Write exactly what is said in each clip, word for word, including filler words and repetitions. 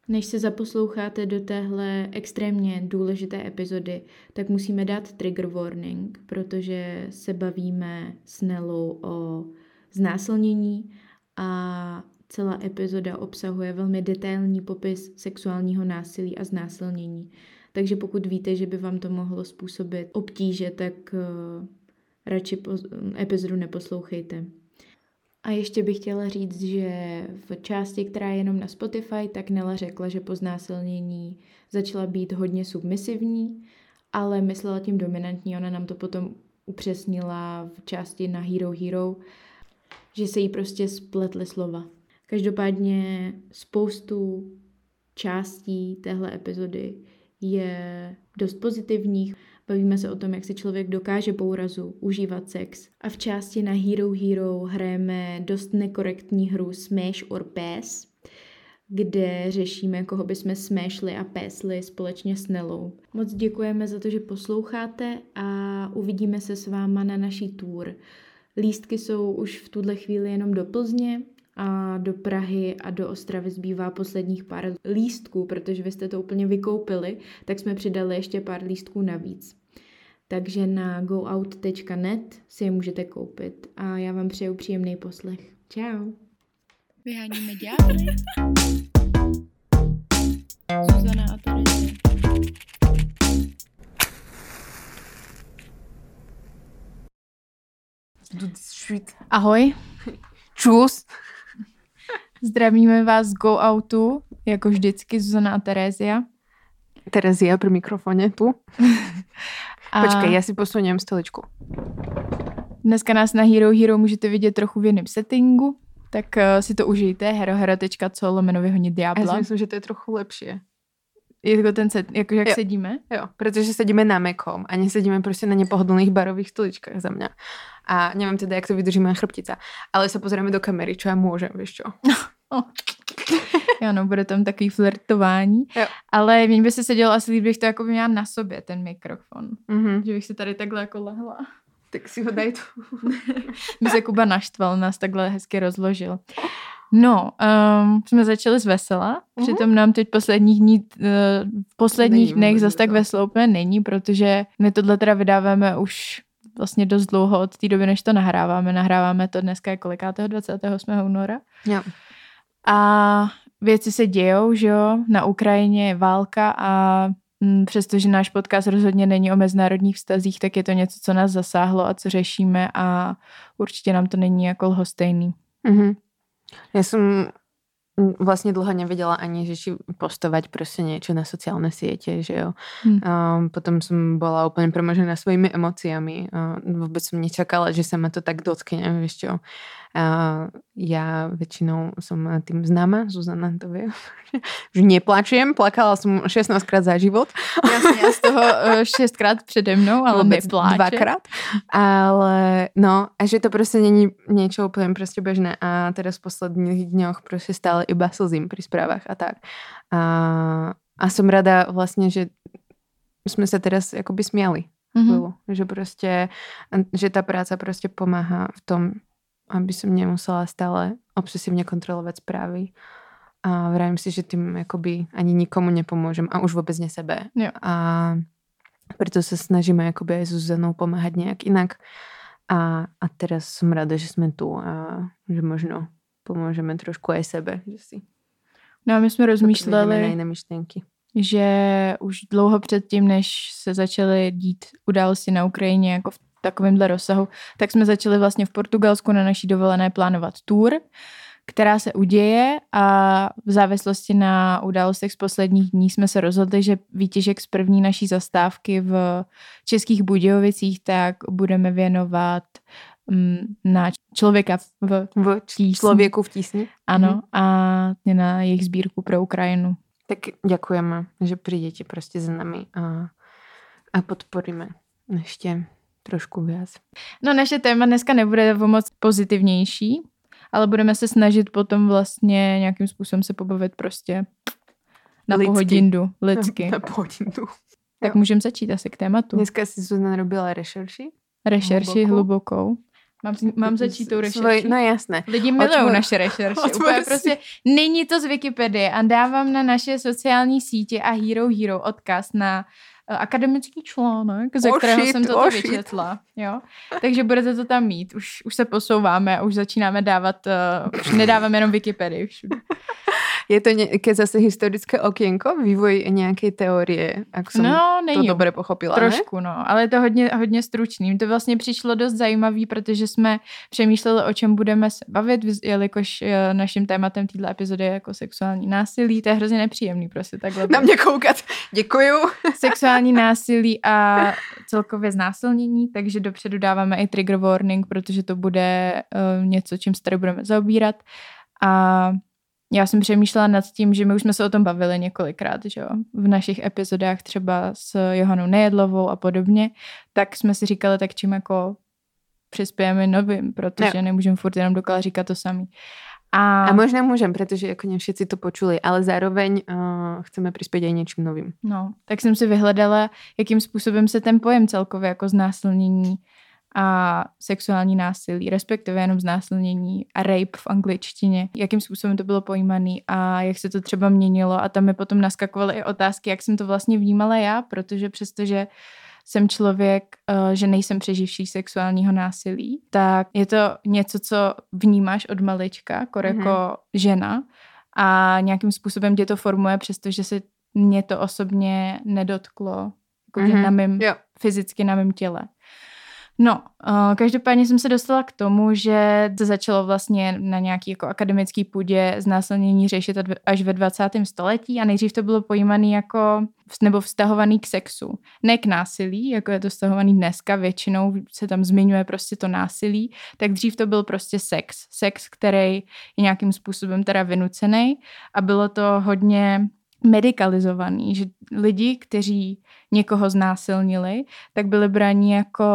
Než se zaposloucháte do téhle extrémně důležité epizody, tak musíme dát trigger warning, protože se bavíme s Nelou o znásilnění a celá epizoda obsahuje velmi detailní popis sexuálního násilí a znásilnění. Takže pokud víte, že by vám to mohlo způsobit obtíže, tak uh, radši po- epizodu neposlouchejte. A ještě bych chtěla říct, že v části, která je jenom na Spotify, tak Nela řekla, že po znásilnění začala být hodně submisivní, ale myslela tím dominantní. Ona nám to potom upřesnila v části na Hero Hero, že se jí prostě spletly slova. Každopádně spoustu částí téhle epizody je dost pozitivních. Bavíme se o tom, jak si člověk dokáže po úrazu užívat sex. A v části na Hero Hero hrajeme dost nekorektní hru Smash or Pass, kde řešíme, koho bychom smashli a pésli společně s Nelou. Moc děkujeme za to, že posloucháte a uvidíme se s váma na naší tour. Lístky jsou už v tuhle chvíli jenom do Plzně a do Prahy a do Ostravy zbývá posledních pár lístků, protože vy jste to úplně vykoupili, tak jsme přidali ještě pár lístků navíc. Takže na go out tečka net si je můžete koupit a já vám přeju příjemný poslech. Čau. Vyháníme ďábly. Zuzana a Terezie. Ahoj. Čus. Zdravíme vás z Go Outu, jako vždycky Zuzana a Terezia. Terezia pri mikrofone tu. A Počkej, já si posuniem stoličku. dneska nás na Hero Hero můžete vidět trochu v jiném settingu, tak uh, si to užijte, herohero tečka co lomeno vyhonit diabla. Já si myslím, že to je trochu lepší. Jako ten set, jako jak jo. sedíme? Jo, protože sedíme na mekom a nesedíme prostě na nepohodlných barových stoličkách za mňa. A neviem teda, jak to vydrží moja chrbtica. Ale sa pozrieme do kamery, čo ja môžem, vieš čo. Oh. Jo, no, bude tam takový flirtování. Jo. Ale mě by se sedělo asi líp, bych to jako by měla na sobě, ten mikrofon. Mm-hmm. Že bych si tady takhle jako lehla. Tak si ho daj tu. By se Kuba naštval, nás takhle hezky rozložil. No, um, jsme začali z vesela, uh-huh. Přitom nám teď posledních dní, uh, v posledních není dnech zas tak to. veselo úplně není, protože my tohle teda vydáváme už vlastně dost dlouho od té doby, než to nahráváme. Nahráváme to dneska je kolikátého? dvacátého osmého února. Jo. A věci se dějou, že jo, na Ukrajině je válka a m, přestože náš podcast rozhodně není o mezinárodních vztazích, tak je to něco, co nás zasáhlo a co řešíme a určitě nám to není jako lhostejný. Mhm. Ja som vlastne dlho nevedela ani, že či postovať proste niečo na sociálne siete, že jo. Hmm. Um, potom som bola úplne premožená svojimi emóciami. Uh, vôbec som nečakala, že sa ma to tak dotkne, vieš čo. Uh, ja väčšinou som tým známa, Zuzana to vie, že neplačujem, plakala som šestnásťkrát za život. Jasne, ja z toho šestkrát přede mnou, ale nepláče. Dvakrát. Ale no, a že to proste není niečo úplne proste bežné a teraz v posledných dňoch proste stále iba slzím pri správach a tak. A, a som rada vlastne, že sme sa teraz akoby smiali. Mm-hmm. Že proste, že tá práca proste pomáha v tom, aby som nemusela stále obsesívne kontrolovať správy. A vravím si, že tým akoby ani nikomu nepomôžem a už vôbec ne sebe. Jo. A preto sa snažíme akoby aj s Zuzanou pomáhať nejak inak. A, a teraz som rada, že sme tu a že možno pomôžeme trošku aj sebe. Že si no a my jsme rozmýšleli, že už dlouho předtím, než se začaly dít události na Ukrajině jako v takovémhle rozsahu, tak jsme začali vlastně v Portugalsku na naší dovolené plánovat tour, která se uděje a v závislosti na událostech z posledních dní jsme se rozhodli, že výtěžek z první naší zastávky v Českých Budějovicích tak budeme věnovat na člověka v, v tísni. Člověku v tísni. Ano, mm. a na jejich sbírku pro Ukrajinu. Tak ďakujeme, že prídete proste za nami a, a podporíme ještě trošku viac. No naše téma dneska nebude o moc pozitivnější, ale budeme se snažit potom vlastně nějakým způsobem se pobavit prostě na lidsky. Pohodindu, lidsky. Na, na pohodindu. Tak můžeme začít asi k tématu. Dneska si Zuzana robila rešerši. Rešerši hlubokou. hlubokou. Mám, mám začít tou rešerší? Svoj, no jasné. Lidi milují naše rešerše. Úplně prostě není to z Wikipedie a dávám na naše sociální sítě a Hero Hero odkaz na uh, akademický článek, ze oh kterého shit, jsem toto oh vyčetla. Jo? Takže budete to tam mít. Už, už se posouváme a už začínáme dávat, uh, už nedáváme jenom Wikipedii všude. Je to nějaké zase historické okienko, vývoj nějaké teorie, jak jsem no, to dobře pochopila, trošku, ne? no, ale je to hodně, hodně stručný. To vlastně přišlo dost zajímavý, protože jsme přemýšleli, o čem budeme se bavit, jelikož naším tématem této epizody je jako sexuální násilí. To je hrozně nepříjemný, prostě takhle. Na mě koukat. Děkuju. Sexuální násilí a celkově znásilnění, takže dopředu dáváme i trigger warning, protože to bude uh, něco, čím se tady budeme zaobírat. A já jsem přemýšlela nad tím, že my už jsme se o tom bavili několikrát, že jo, v našich epizodách třeba s Johanou Nejedlovou a podobně, tak jsme si říkali, tak čím jako přispějeme novým, protože no. nemůžeme furt jenom dokola říkat to samý. A, a možná můžeme, protože jako ne všichni to počuli, ale zároveň uh, chceme přispět i něčím novým. No, tak jsem si vyhledala, jakým způsobem se ten pojem celkově jako znásilnění a sexuální násilí, respektive jenom znásilnění a rape v angličtině, jakým způsobem to bylo pojímaný a jak se to třeba měnilo a tam mi potom naskakovaly i otázky, jak jsem to vlastně vnímala já, protože přestože jsem člověk, že nejsem přeživší sexuálního násilí, tak je to něco, co vnímáš od malička, jako mm-hmm. žena a nějakým způsobem tě to formuje, přestože se mě to osobně nedotklo jako mm-hmm. na mým, fyzicky na mém těle. No, uh, každopádně jsem se dostala k tomu, že to začalo vlastně na nějaký jako akademický půdě znásilnění řešit až ve dvacátém století a nejdřív to bylo pojímané jako nebo vztahovaný k sexu. Ne k násilí, jako je to vztahovaný dneska, většinou se tam zmiňuje prostě to násilí, tak dřív to byl prostě sex. Sex, který je nějakým způsobem teda vynucený a bylo to hodně medikalizovaný, že lidi, kteří někoho znásilnili, tak byli braní jako,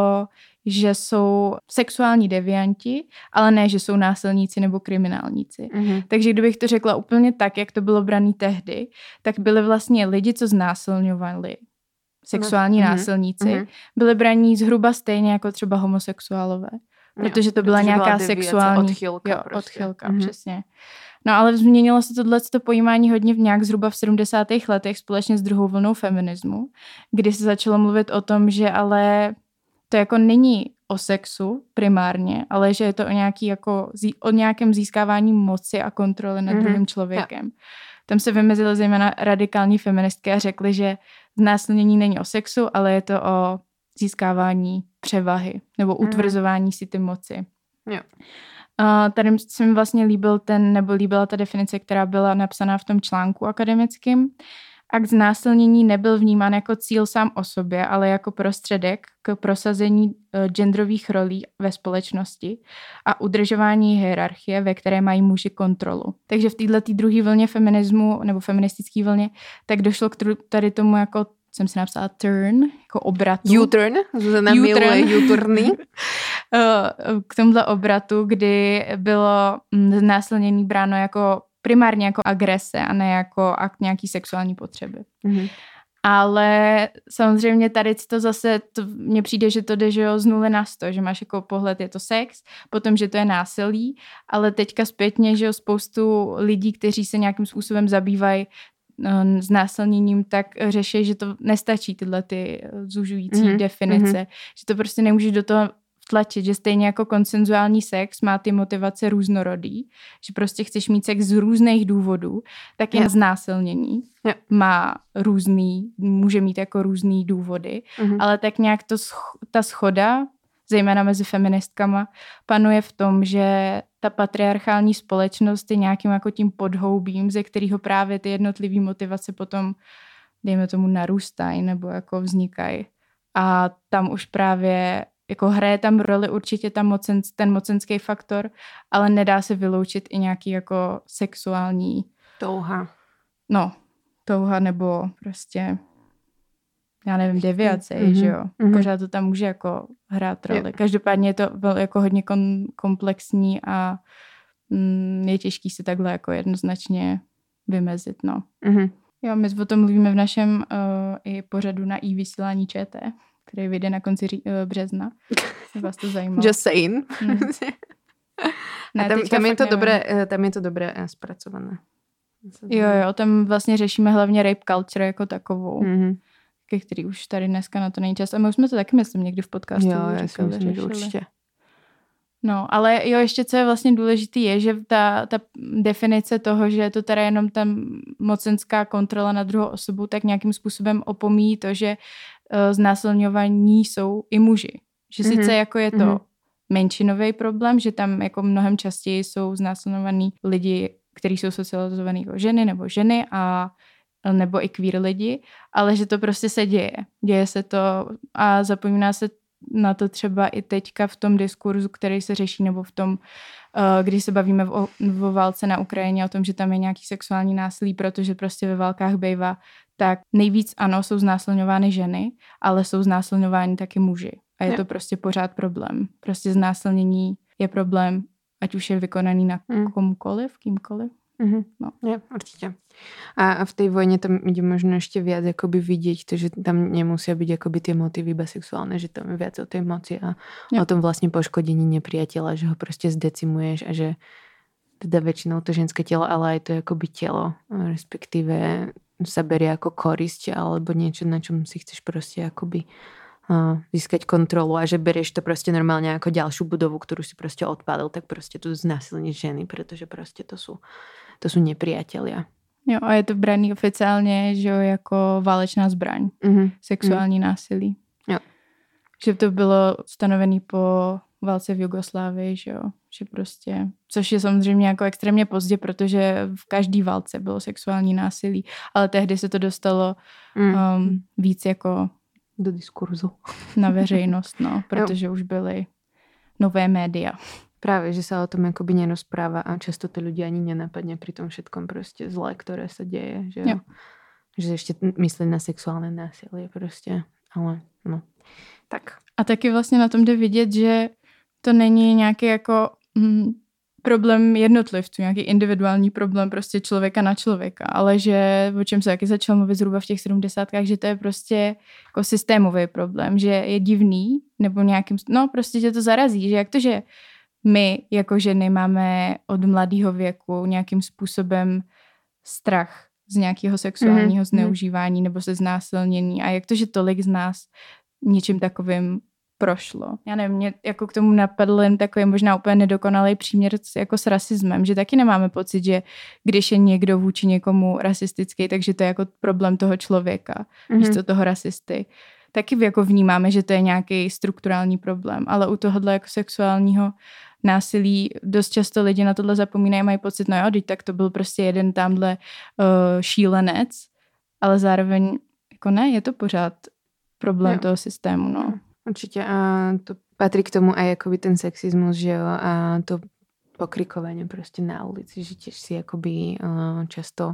že jsou sexuální devianti, ale ne, že jsou násilníci nebo kriminálníci. Mm-hmm. Takže kdybych to řekla úplně tak, jak to bylo braný tehdy, tak byli vlastně lidi, co znásilňovali, sexuální mm-hmm. násilníci, mm-hmm. byli braní zhruba stejně jako třeba homosexuálové. Protože to byla protože nějaká byla sexuální odchylka, jo, prostě. odchylka mm-hmm. přesně. No ale změnilo se tohleto pojímání hodně v nějak zhruba v sedmdesátých letech společně s druhou vlnou feminismu, kdy se začalo mluvit o tom, že ale to jako není o sexu primárně, ale že je to o, nějaký jako, o nějakém získávání moci a kontroly nad mm-hmm. druhým člověkem. Ja. Tam se vymezily zejména radikální feministky a řekly, že znásilnění není o sexu, ale je to o získávání převahy nebo utvrzování mm-hmm. si ty moci. Jo. Uh, tady se mi vlastně líbil ten, nebo líbila ta definice, která byla napsaná v tom článku akademickým. Akt znásilnění nebyl vnímán jako cíl sám o sobě, ale jako prostředek k prosazení uh, genderových rolí ve společnosti a udržování hierarchie, ve které mají muži kontrolu. Takže v této druhé vlně feminismu, nebo feministické vlně, tak došlo k tady tomu jako jsem si napsala turn, jako obratu. U-turn, Zuzana miluje U-turny. K tomuhle obratu, kdy bylo znásilnění bráno jako primárně jako agrese a ne jako akt nějaký sexuální potřeby. Mm-hmm. Ale samozřejmě tady to zase, to, mně přijde, že to jde že jo, z nuly na sto, že máš jako pohled, je to sex, potom, že to je násilí, ale teďka zpětně, že jo, spoustu lidí, kteří se nějakým způsobem zabývají znásilněním, tak řeší, že to nestačí tyhle ty zužující mm-hmm. definice, mm-hmm. že to prostě nemůžeš do toho vtlačit, že stejně jako konsenzuální sex má ty motivace různorodý, že prostě chceš mít sex z různých důvodů, tak jen yeah. znásilnění yeah. má různý, může mít jako různý důvody, mm-hmm. ale tak nějak to, ta shoda, zejména mezi feministkama, panuje v tom, že ta patriarchální společnost je nějakým jako tím podhoubím, ze kterého právě ty jednotlivé motivace potom, dejme tomu, narůstají nebo jako vznikají. A tam už právě jako hraje tam roli určitě ta mocen, ten mocenský faktor, ale nedá se vyloučit i nějaký jako sexuální touha. No, touha nebo prostě já nevím, deviace, mm-hmm. že jo. Mm-hmm. Pořád to tam může jako hrát roli. Je. Každopádně je to jako hodně kon- komplexní a mm, je těžký si takhle jako jednoznačně vymezit, no. Mm-hmm. Jo, my o tom mluvíme v našem uh, i pořadu na i vysílání ČT, který vyjde na konci ří, března. Vás to zajímalo. Just saying. Hmm. Ne, tam, tam, je to dobré, tam je to dobré zpracované. Jo, jo, tam vlastně řešíme hlavně rape culture jako takovou, mm-hmm. ke který už tady dneska na to není čas. A my už jsme to taky, myslím, někdy v podcastu jo, říkali, myslím, že určitě. No, ale jo, ještě co je vlastně důležitý je, že ta, ta definice toho, že je to teda jenom tam mocenská kontrola na druhou osobu, tak nějakým způsobem opomíjí to, že uh, znásilňovaní jsou i muži. Že mm-hmm. sice jako je to mm-hmm. menšinový problém, že tam jako mnohem častěji jsou znásilňovaní lidi, kteří jsou socializovaní jako ženy nebo ženy a nebo i queer lidi, ale že to prostě se děje. Děje se to a zapomíná se na to třeba i teďka v tom diskurzu, který se řeší, nebo v tom, když se bavíme o, o válce na Ukrajině, o tom, že tam je nějaký sexuální násilí, protože prostě ve válkách bejvá, tak nejvíc ano, jsou znásilňovány ženy, ale jsou znásilňováni taky muži. A je ne. to prostě pořád problém. Prostě znásilnění je problém, ať už je vykonaný na mm. komukoliv, kýmkoliv. Mm-hmm. No. Je, určite. A v tej vojne tam ide možno ešte viac akoby vidieť to, že tam nemusia byť akoby tie motívy iba sexuálne, že tam je viac o tej moci a ja. o tom vlastne poškodení nepriateľa, že ho proste zdecimuješ a že teda väčšinou to ženské telo, ale aj to je akoby telo, respektíve sa berie ako korisť alebo niečo, na čom si chceš proste akoby získať kontrolu a že berieš to proste normálne ako ďalšiu budovu, ktorú si proste odpadol, tak proste tu znásilníš ženy, pretože proste to sú, to sú nepriatelia. Jo, a je to braný oficiálně, že jo, jako válečná zbraň. Mm-hmm. Sexuální mm-hmm. násilí. Jo. Že to bylo stanovené po válce v Jugoslávii, že jo. Že prostě, což je samozřejmě jako extrémně pozdě, protože v každé válce bylo sexuální násilí, ale tehdy se to dostalo mm. um, víc jako do diskurzu. Na veřejnost, no, protože jo. už byly nové média. Práve, že sa o tom akoby nerozpráva a často to ľudia ani nenapadne pri tom všetkom proste zlé, ktoré sa deje. Že, jo. že ešte myslí na sexuálne násilie proste. Ale no, tak. A taky vlastně na tom jde vidět, že to není nějaký jako hm, problém jednotlivců, nějaký individuální problém prostě člověka na člověka, ale že, o čem se taky začal mluvit zhruba v těch sedmdesátkách, že to je prostě jako systémový problém, že je divný, nebo nějakým, no prostě tě to zarazí, že jak to, že my jako ženy máme od mladého věku nějakým způsobem strach z nějakého sexuálního mm-hmm. zneužívání nebo ze znásilnění a jak to, že tolik z nás něčím takovým prošlo. Já nevím, mě jako k tomu napadl jen takový možná úplně nedokonalý příměr jako s rasismem, že taky nemáme pocit, že když je někdo vůči někomu rasistický, takže to je jako problém toho člověka, mm-hmm. místo toho rasisty. Taky jako vnímáme, že to je nějaký strukturální problém, ale u tohohle jako sexuálního násilí dost často lidi na tohle zapomínají, mají pocit, no jo, teď tak to byl prostě jeden tamhle uh, šílenec, ale zároveň jako ne, je to pořád problém jo. toho systému, no. Určite a to patrí k tomu aj akoby ten sexizmus, že jo, a to pokrikovanie proste na ulici, že tiež si akoby uh, často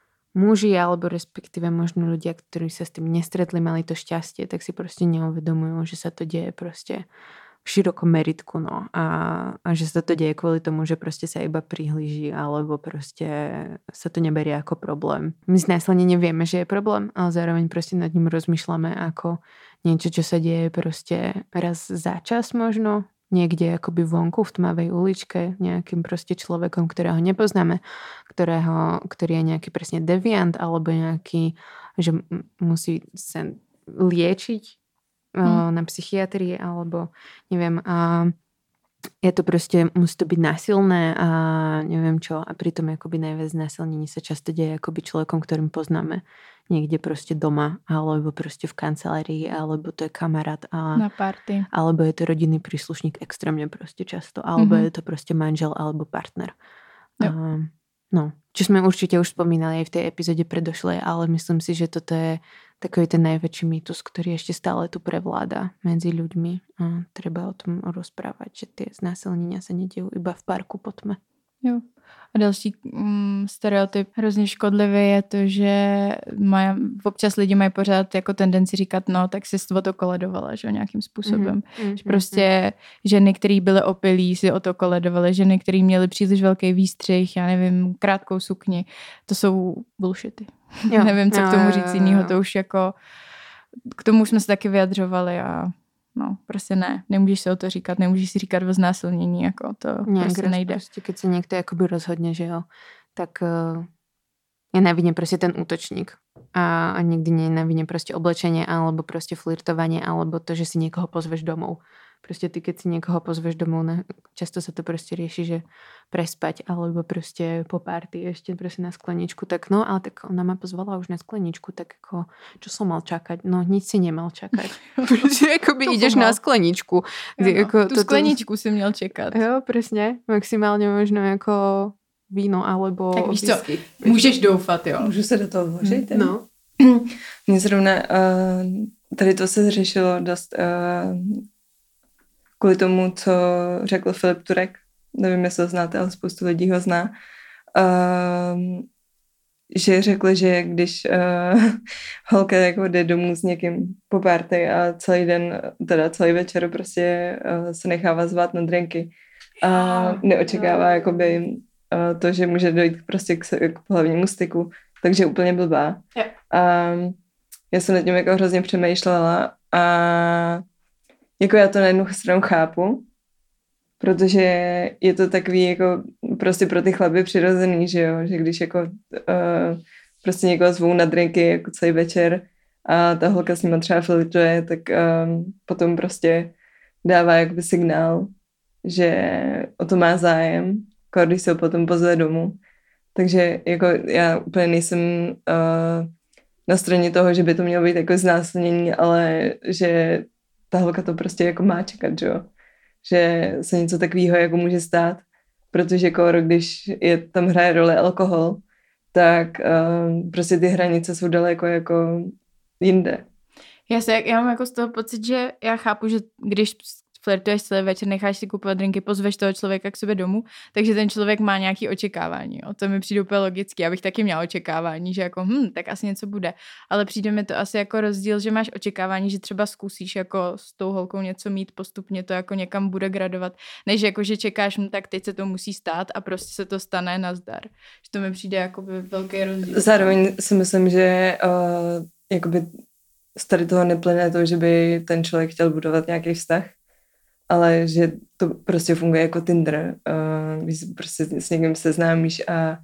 muži alebo respektíve možno ľudia, ktorí sa s tým nestretli, mali to šťastie, tak si proste neuvedomujú, že sa to deje proste v širokom meritku, no. A, a že sa to deje kvôli tomu, že proste sa iba prihlíži alebo proste sa to neberie ako problém. My znásilnenie vieme, že je problém, ale zároveň proste nad ním rozmýšľame ako niečo, čo sa deje proste raz za čas možno, niekde akoby vonku v tmavej uličke, nejakým proste človekom, ktorého nepoznáme, ktorého, ktorý je nejaký presne deviant, alebo nejaký, že musí sa liečiť hmm. na psychiatrii, alebo neviem, a je to proste, musí to byť násilné a neviem čo, a pritom akoby najviac násilnení sa často deje akoby človekom, ktorým poznáme niekde proste doma, alebo proste v kancelárii, alebo to je kamarát a, na party. Alebo je to rodinný príslušník extrémne proste často, alebo mm-hmm. je to proste manžel alebo partner. A, no, čo sme určite už spomínali aj v tej epizóde predošlej, ale myslím si, že toto je takový ten najväčší mýtus, ktorý ešte stále tu prevláda medzi ľuďmi. A treba o tom rozprávať, že tie znásilnenia sa nedejú iba v parku po tme. Jo. A další mm, stereotyp hrozně škodlivý je to, že maj, občas lidi mají pořád jako tendenci říkat, no tak si o to koledovala, že nějakým způsobem. Mm-hmm. Že prostě ženy, které byly opilí, si o to koledovaly, ženy, které měly příliš velký výstřih, já nevím, krátkou sukni, to jsou bullshity. Jo. Nevím, co jo, k tomu říct jinýho, to už jako k tomu jsme se taky vyjadřovali a no, prostě ne. Nemůžeš se o to říkat, nemůžeš si říkat o znásilnění, jako to ne, prostě nejde. Prostě, keď se někdo jakoby rozhodne, že jo, tak uh, je na vine prostě ten útočník. A, a nikdy nie je na vine prostě oblečenie, alebo prostě flirtovanie, alebo to, že si niekoho pozveš domov. Prostě ty, keď si niekoho pozveš domov, ne, často sa to prostě rieši, že prespať, alebo prostě po party ešte prostě na skleničku. Tak no, ale tak ona ma pozvala už na skleničku, tak jako, čo som mal čakať? No, nic si nemal čakať. Protože jakoby ideš na skleničku. Ty, jako, tu to, skleničku to... si měl čekat. Jo, presne. Maximálně možno jako víno, alebo tak víš co, můžeš doufat, jo. Můžu se do toho vložit? No. Mně zrovna uh, tady to se řešilo dost uh, kvůli tomu, co řekl Filip Turek. Nevím, jestli ho znáte, ale spoustu lidí ho zná. Uh, že řekl, že když uh, holka jako jde domů s někým po party a celý den, teda celý večer prostě uh, se nechává zvát na drinky a neočekává jakoby uh, to, že může dojít prostě k, k pohlavnímu styku, takže úplně blbá. Yeah. A já jsem nad tím jako hrozně přemýšlela a jako já to na jednu stranu chápu, protože je to takový jako prostě pro ty chlapy přirozený, že jo, že když jako uh, prostě někoho zvou na drinky jako celý večer a ta holka s nima třeba flirtuje, tak um, potom prostě dává jakoby signál, že o to má zájem, jako když se ho potom pozve domů. Takže jako já úplně nejsem uh, na straně toho, že by to mělo být jako znásilnění, ale že ta holka to prostě jako má čekat, že jo. Že se něco takového jako může stát, protože jako když je tam hraje roli alkohol, tak uh, prostě ty hranice jsou daleko jako jinde. Já, se, já mám jako z toho pocit, že já chápu, že když flirtuješ celý večer, necháš si kupovat drinky, pozveš toho člověka k sobě domů, takže ten člověk má nějaké očekávání. Jo. To mi přijde úplně logicky. Já bych taky měla očekávání, že jako hm, tak asi něco bude. Ale přijde mi to asi jako rozdíl, že máš očekávání, že třeba zkusíš jako s tou holkou něco mít, postupně to jako někam bude gradovat, než jako, že čekáš, hm, tak teď se to musí stát a prostě se to stane nazdar. Že to mi přijde jako velký rozdíl. Zároveň si myslím, že uh, jakoby z tady toho neplyne to, že by ten člověk chtěl budovat nějaký vztah, ale že to prostě funguje jako Tinder, uh, když prostě s někým seznámíš a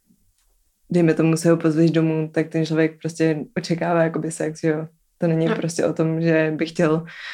dejme tomu se ho pozveš domů, tak ten člověk prostě očekává jakoby sex, jo. To není no. prostě o tom, že by chtěl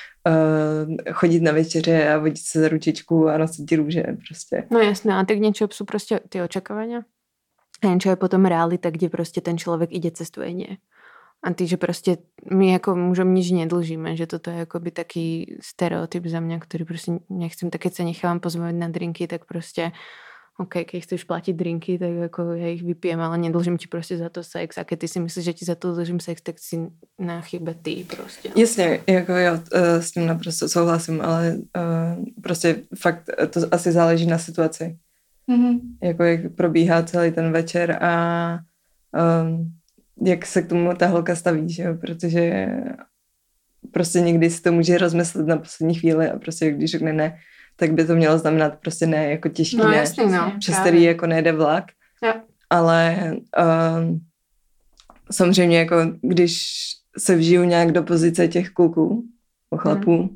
uh, chodit na večeře a vodit se za ručičku a nosit růže prostě. No jasné, a tak niečo sú prostě ty očekávania a niečo je potom realita, kde prostě ten člověk ide cestuje nie. A ty, že prostě my jako mužom nič nedlžíme, že toto je akoby taký stereotyp za mňa, ktorý prostě nechcem, tak keď sa nechávam pozvať na drinky, tak prostě OK, keď chceš platiť drinky, tak jako ja ich vypijem, ale nedlžím ti prostě za to sex. A keď ty si myslíš, že ti za to dlžím sex, tak si na chybe ty prostě. Jasně, jako jo, s tím naprosto souhlasím, ale uh, prostě fakt to asi záleží na situaci. Mm-hmm. Jako jak probíhá celý ten večer a um, jak se k tomu ta holka staví, že jo, protože prostě někdy si to může rozmyslet na poslední chvíli a prostě když řekne ne, tak by to mělo znamenat prostě ne, jako těžký no, ne, jasný, no, přes který jako nejde vlak, ja. ale um, samozřejmě jako když se vžiju nějak do pozice těch kluků, chlapů, hmm.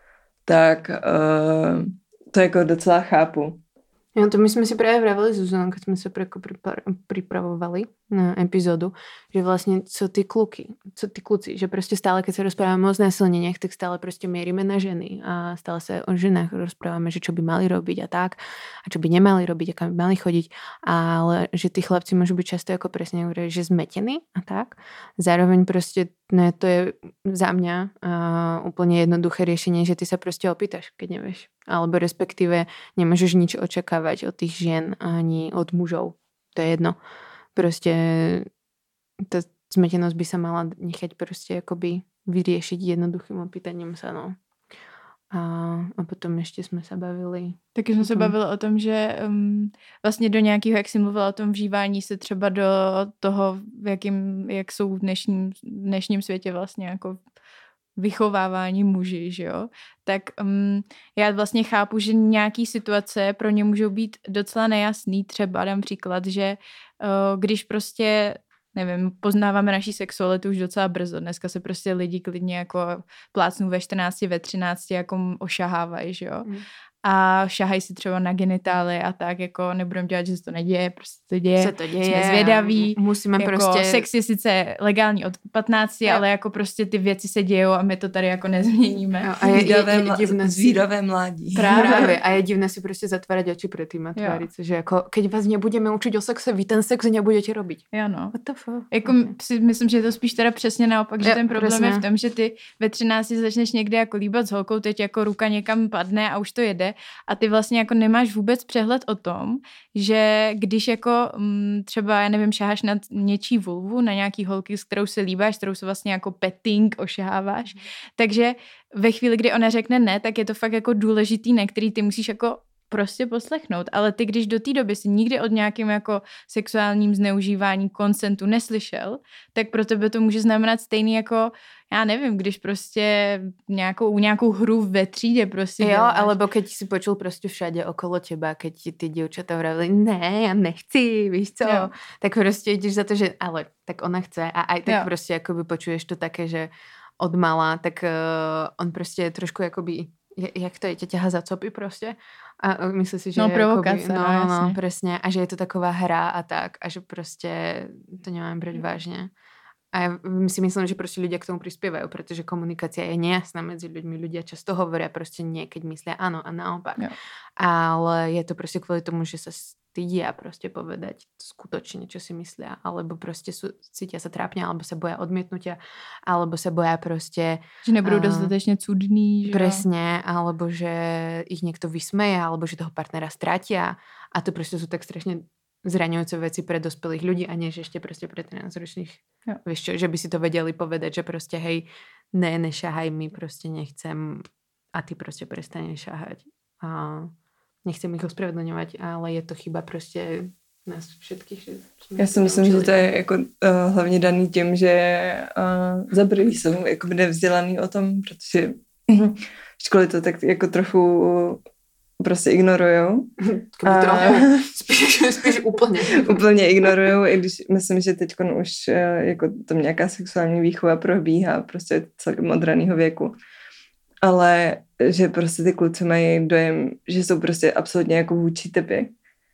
tak uh, to jako docela chápu. Ja, to my sme si práve vravili s Zuzanou, keď sme sa pripravovali na epizódu, že vlastne co ty kluky, co ty kluci, že proste stále, keď sa rozprávame o znásilneniach, tak stále proste mierime na ženy a stále sa o ženách rozprávame, že čo by mali robiť a tak, a čo by nemali robiť a kam by mali chodiť, ale že tí chlapci môžu byť často ako presne hovorí, že zmetení a tak. Zároveň proste ne, to je za mňa uh, úplne jednoduché riešenie, že ty sa proste opýtaš, keď nevieš. Alebo respektíve nemôžeš nič očakávať od tých žien ani od mužov. To je jedno. Proste tá zmetenosť by sa mala nechať proste akoby vyriešiť jednoduchým opýtaním sa, no. A, a potom ještě jsme se bavili. Taky jsme se bavili o tom, že um, vlastně do nějakého, jak jsi mluvila o tom vžívání se třeba do toho, v jakým, jak jsou v dnešním, v dnešním světě vlastně jako vychovávání muži, že jo, tak um, já vlastně chápu, že nějaký situace pro ně můžou být docela nejasný, třeba dám příklad, že uh, když prostě nevím, poznáváme naší sexualitu už docela brzo. Dneska se prostě lidi klidně jako plácnou ve čtrnácti, ve třinácti jako ošahávají, že jo. Mm. A šahají si třeba na genitály a tak, jako nebudeme dělat, že se to neděje, prostě to děje, se to děje, jsme zvědaví, musíme jako prostě... sex je sice legální od patnácti, jo. ale jako prostě ty věci se dějou a my to tady jako nezměníme. Jo, a je, zvídavé, je, je, je divné zvídavé mládí. Právě. Právě. A je divné si prostě zatvárať oči pred tým a tváriť se, že jako, keď vás nebudeme učiť o sexe, vy ten sex nebudete robiť. Jo, no. What the fuck? Jako okay. si myslím, že je to spíš teda přesně naopak, že jo, ten problém přesně. je v tom, že ty ve třinácti začneš někde jako líbat s holkou, teď jako ruka někam padne a už to jede a ty vlastně jako nemáš vůbec přehled o tom, že když jako m, třeba, já nevím, šaháš na něčí vulvu, na nějaký holky, s kterou se líbáš, s kterou se vlastně jako petting ošaháváš, mm. takže ve chvíli, kdy ona řekne ne, tak je to fakt jako důležitý ne, který ty musíš jako prostě poslechnout, ale ty, když do té doby si nikdy od nějakým jako sexuálním zneužívání konsentu neslyšel, tak pro tebe to může znamenat stejný jako, já nevím, když prostě nějakou, nějakou hru ve třídě prostě jo, děláš. alebo keď si počul prostě všade okolo teba, keď ti ty dievčatá vravili, ne, já nechci, víš co, jo. tak prostě jdeš za to, že ale tak ona chce a aj tak jo. prostě jakoby počuješ to také, že od mala, tak uh, on prostě trošku jakoby jak to je, tě ťahá za copy prostě a myslí si, že no, je provokace, jakoby, no, no, no, no, presne a že je to taková hra a tak a že prostě to nemáme brať vážně. A ja si myslím, že prostě ľudia k tomu prispievajú, pretože komunikácia je nejasná medzi ľuďmi. Ľudia často hovoria prostě nie, keď myslia áno a naopak. Jo. Ale je to prostě kvôli tomu, že sa stydia prostě povedať skutočne, čo si myslia. Alebo prostě sú, cítia sa trápne, alebo sa boja odmietnutia, alebo sa boja prostě... Že nebudú dostatečne cudní. Že presne, alebo že ich niekto vysmeje, alebo že toho partnera stratia. A to prostě sú tak strašne zraňujúce veci pre dospelých ľudí a nie, že ešte proste pre trinásťročných. Vieš čo, že by si to vedeli povedať, že proste hej, ne, nešahaj mi, proste nechcem a ty proste prestaneš šahať. A nechcem ich ospravedlňovať, ale je to chyba prostě nás všetkých. Že Já si myslím, že to je jako uh, hlavně daný tím, že uh, za prvý jsou jako nevzdělaný o tom, protože školy to tak jako trochu prostě ignorujou. A... spíš, spíš úplně. úplně ignorujou, i když myslím, že teď už jako tam nějaká sexuální výchova probíhá prostě celkem od raného věku. Ale že prostě ty kluci mají dojem, že jsou prostě absolutně jako vůči typy.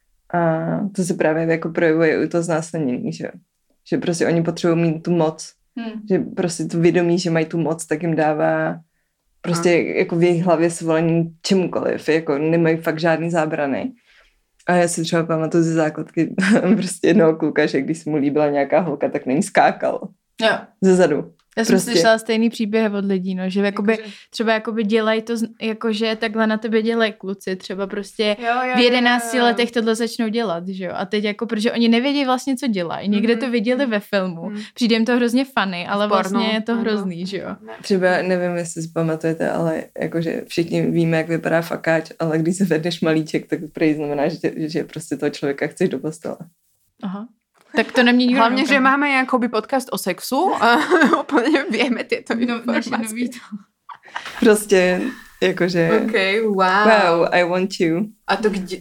A to se právě jako projevuje u toho znásilnění, že že prostě oni potřebují mít tu moc. Hmm. Že prostě to vědomí, že mají tu moc, tak jim dává prostě hmm. jako v jejich hlavě svolení čemukoliv, jako nemají fakt žádný zábrany. A já si třeba pamatuju ze základky prostě jednoho kluka, že když se mu líbila nějaká holka, tak na ní skákal. Jo. Ze zadu. Já jsem prostě slyšela stejný příběh od lidí, no, že jakoby, jako, že... třeba jakoby dělají to, jakože takhle na tebe dělají kluci, třeba prostě jo, jo, v jedenácti letech tohle začnou dělat, že jo, a teď jako, protože oni nevědí vlastně, co dělají, někde to viděli ve filmu, přijde jim to hrozně funny, ale vlastně je to hrozný, že jo. Třeba, nevím, jestli si pamatujete, ale jakože všichni víme, jak vypadá fakáč, ale když se vedneš malíček, tak to prý znamená, že, že prostě toho člověka chceš do postele. Aha. Tak to nemě nikdo hlavně, že máme jakoby podcast o sexu a úplně víme tyto informace. Prostě, jakože... Okay, wow. Wow, I want you. A to kde...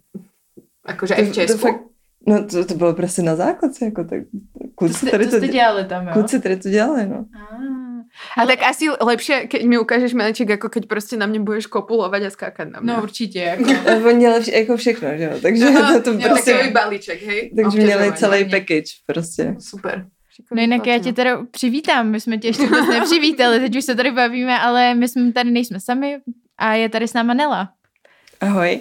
Jakože i v Česku? To fakt, no to, to bylo prostě na základce, jako tak... Kluci to jste, tady to, to dělali tam, jo? Kluci tady to dělali, no. Ah. A tak asi lepšie, keď mi ukážeš Meleček, jako keď prostě na mě budeš kopulovat a skákat na mě. No určitě, jako. Oni měli vš- jako všechno, že jo, takže no, to, to jo, prostě... Takový balíček, hej? Takže měli celý package, prostě. Super. No jinak já tě teda přivítám, my jsme tě ještě vůbec nepřivítali, teď už se tady bavíme, ale my jsme tady nejsme sami a je tady s náma Nela. Ahoj.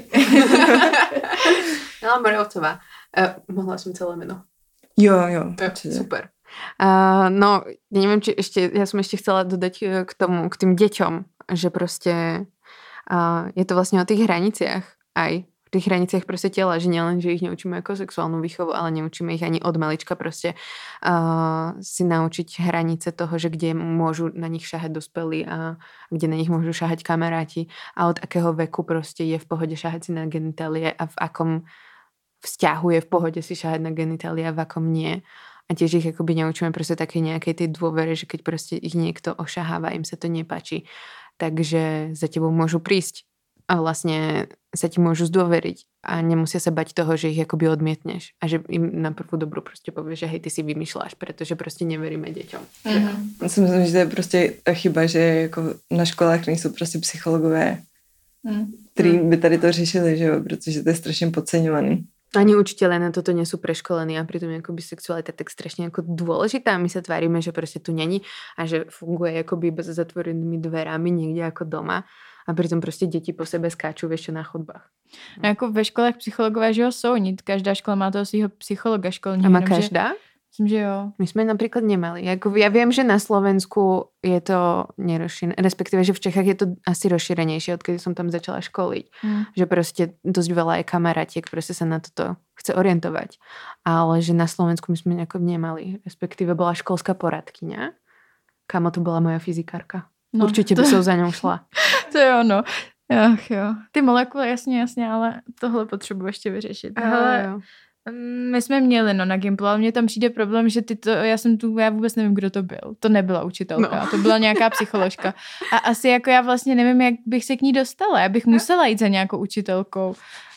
Nela Moravcová. Uh, mohla jsem celé jméno. Jo, jo. Super. Uh, no, ja neviem, či ešte, ja som ešte chcela dodať k tomu, k tým deťom, že proste uh, je to vlastne o tých hraniciach aj, v tých hraniciach proste tela, že nielen, že ich neučíme ako sexuálnu výchovu, ale neučíme ich ani od malička proste uh, si naučiť hranice toho, že kde môžu na nich šahať dospelí a kde na nich môžu šahať kamaráti a od akého veku proste je v pohode šahať si na genitálie a v akom vzťahu je v pohode si šahať na genitálie a v akom nie. A tiež ich akoby neučíme proste také nejakej tej dôvere, že keď proste ich niekto ošaháva, im sa to nepáči, takže za tebou môžu prísť a vlastne sa ti môžu zdôveriť a nemusia sa bať toho, že ich akoby odmietneš a že im na prvú dobrú proste povieš, že hej, ty si vymýšľaš, pretože proste neveríme deťom. Mm-hmm. Já si myslím, že to je prostě chyba, že jako na školách nejsou prostě psychologové, mm. který by tady to řešili, že jo, protože to je strašně podceňovaný. Ani učiteľe na toto nie sú preškolení a pritom akoby sexualita tak strašne ako dôležitá. My sa tvárime, že proste tu není a že funguje akoby bez zatvorenými dverami niekde ako doma a pritom proste deti po sebe skáču vieš čo na chodbách. No. Jako ve školách psychologové, že jo, jsou. Každá škola má toho svýho psychologa školního. A má každá? Myslím, že jo. My sme napríklad nemali. Jako, ja viem, že na Slovensku je to nerozšírené, respektíve, že v Čechách je to asi rozšírenejšie, odkedy som tam začala školiť. Mm. Že proste dosť veľa aj kamarátiek proste sa na toto chce orientovať. Ale že na Slovensku my sme nejako nemali. Respektíve bola školská poradkyňa. Kamo to bola moja fyzikárka. No, určite to... by som za ňou šla. To je ono. Ach jo. Ty molekuly, jasně, jasně, ale tohle potřebuji ještě vyřešit. Hele, jo. My jsme měli no na Gimplu, ale mně tam přijde problém, že ty to, já jsem tu, já vůbec nevím, kdo to byl. To nebyla učitelka, no. To byla nějaká psycholožka. A asi jako já vlastně nevím, jak bych se k ní dostala. Já bych musela jít za nějakou učitelkou.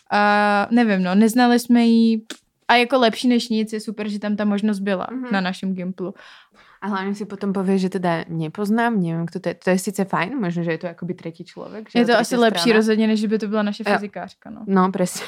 A nevím, no, neznali jsme jí. A jako lepší než nic je super, že tam ta možnost byla mm-hmm. na našem Gimplu. A hlavne si potom povie, že teda nepoznám, neviem, kto to je. To je síce fajn, možno, že je to akoby tretí človek. Že je to asi strana. Lepší rozhodne, než by to byla naše fyzikářka. No, no presne.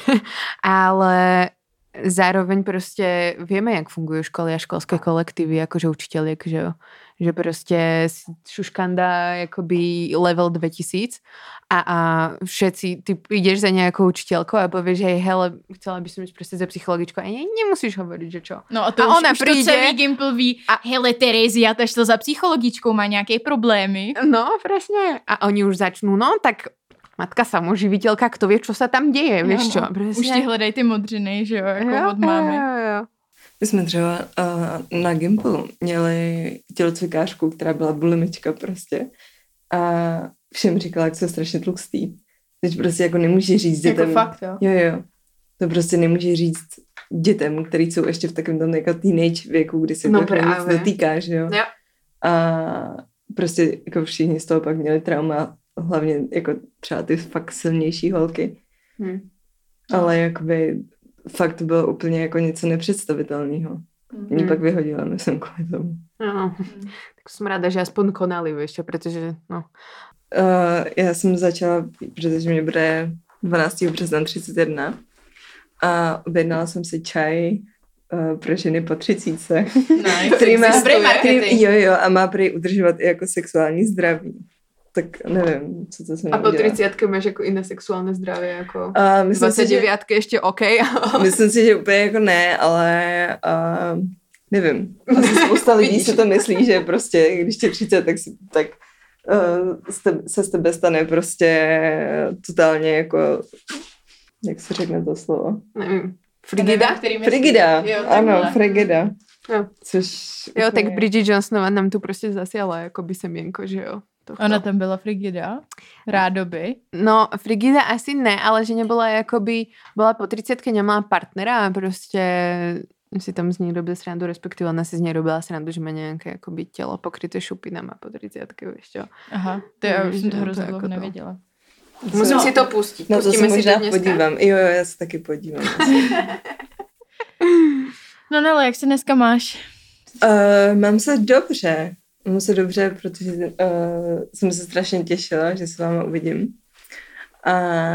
Ale zároveň proste vieme, jak fungujú školy a školské kolektívy, akože učiteľiek, že, že proste šuškanda akoby level dvetisíc a, a všetci, ty ideš za nejakou učiteľkou a povieš, že hej, hele, chcela by som ísť proste za psychologičkou a ne, nemusíš hovoriť, že čo. No a to a už, ona už príde, to celý Gimpl ví, a hele, Terezia, ta šla za psychologičkou, má nejaké problémy. No, presne. A oni už začnú, no tak matka samoživiteľka, kto vie, čo sa tam deje, no, vieš čo? No. Už ti hledaj ty modřiny, že jo, jako jo, od mámy. Jo, jo. My jsme třeba uh, na Gimplu měli tělocvikářku, která byla bulimička prostě a všem říkala, jak jsou strašně tlustý. Teď prostě jako nemůže říct dětem. Jako fakt, jo? Jo, jo. To prostě nemůže říct dětem, který jsou ještě v takovém tam jako teenage věku, kdy se no, to nic netýká, že jo? jo. A prostě jako všichni z toho pak měli trauma, hlavně jako třeba ty fakt silnější holky. Hmm. Ale jakoby fakt to bylo úplně jako něco nepředstavitelného. Hmm. Mě pak vyhodila, myslím, kvůli tomu. No, tak jsem ráda, že aspoň konali, víš, protože no. Uh, já jsem začala, protože mě bude dvanáctého března třicet jedna a objednala jsem si čaj uh, pro ženy po třicítce. Nice. Který má, který, jo, jo, a má prý udržovat i jako sexuální zdraví. Tak nevím, co to jsem A po třicítce máš jako jiné sexuální zdraví, jako uh, dvacet devět že... ještě OK. Myslím si, že úplně jako ne, ale uh, nevím. Asi spousta lidí si to myslí, že prostě, když tě třicet, tak, si, tak uh, se z tebe stane prostě totálně jako, jak se řekne to slovo? Nevím. Frigida? Frigida, jo, ano, frigida. Jo. Což jo, úplně... tak Bridget Jonesová nám tu prostě zasiala jako by semienko, že jo. Tohto. Ona tam byla frigida? Rádoby? No, frigida asi ne, ale že nebola jakoby, bola po tridsiatke, nemala partnera a prostě si tam z nej robil srandu, respektíve ona si z nej robila srandu, že má nejaké akoby telo pokryté šupinama po tridsiatke, vieš čo. Aha, to ja už som to hrozně dlouho nevěděla. Musím no, si to pustit. No to se možná podívám. Jo, jo, já se taky podívám. No, no, ale jak se dneska máš? Uh, mám se dobře. Mám se dobře, protože uh, jsem se strašně těšila, že se s váma uvidím. A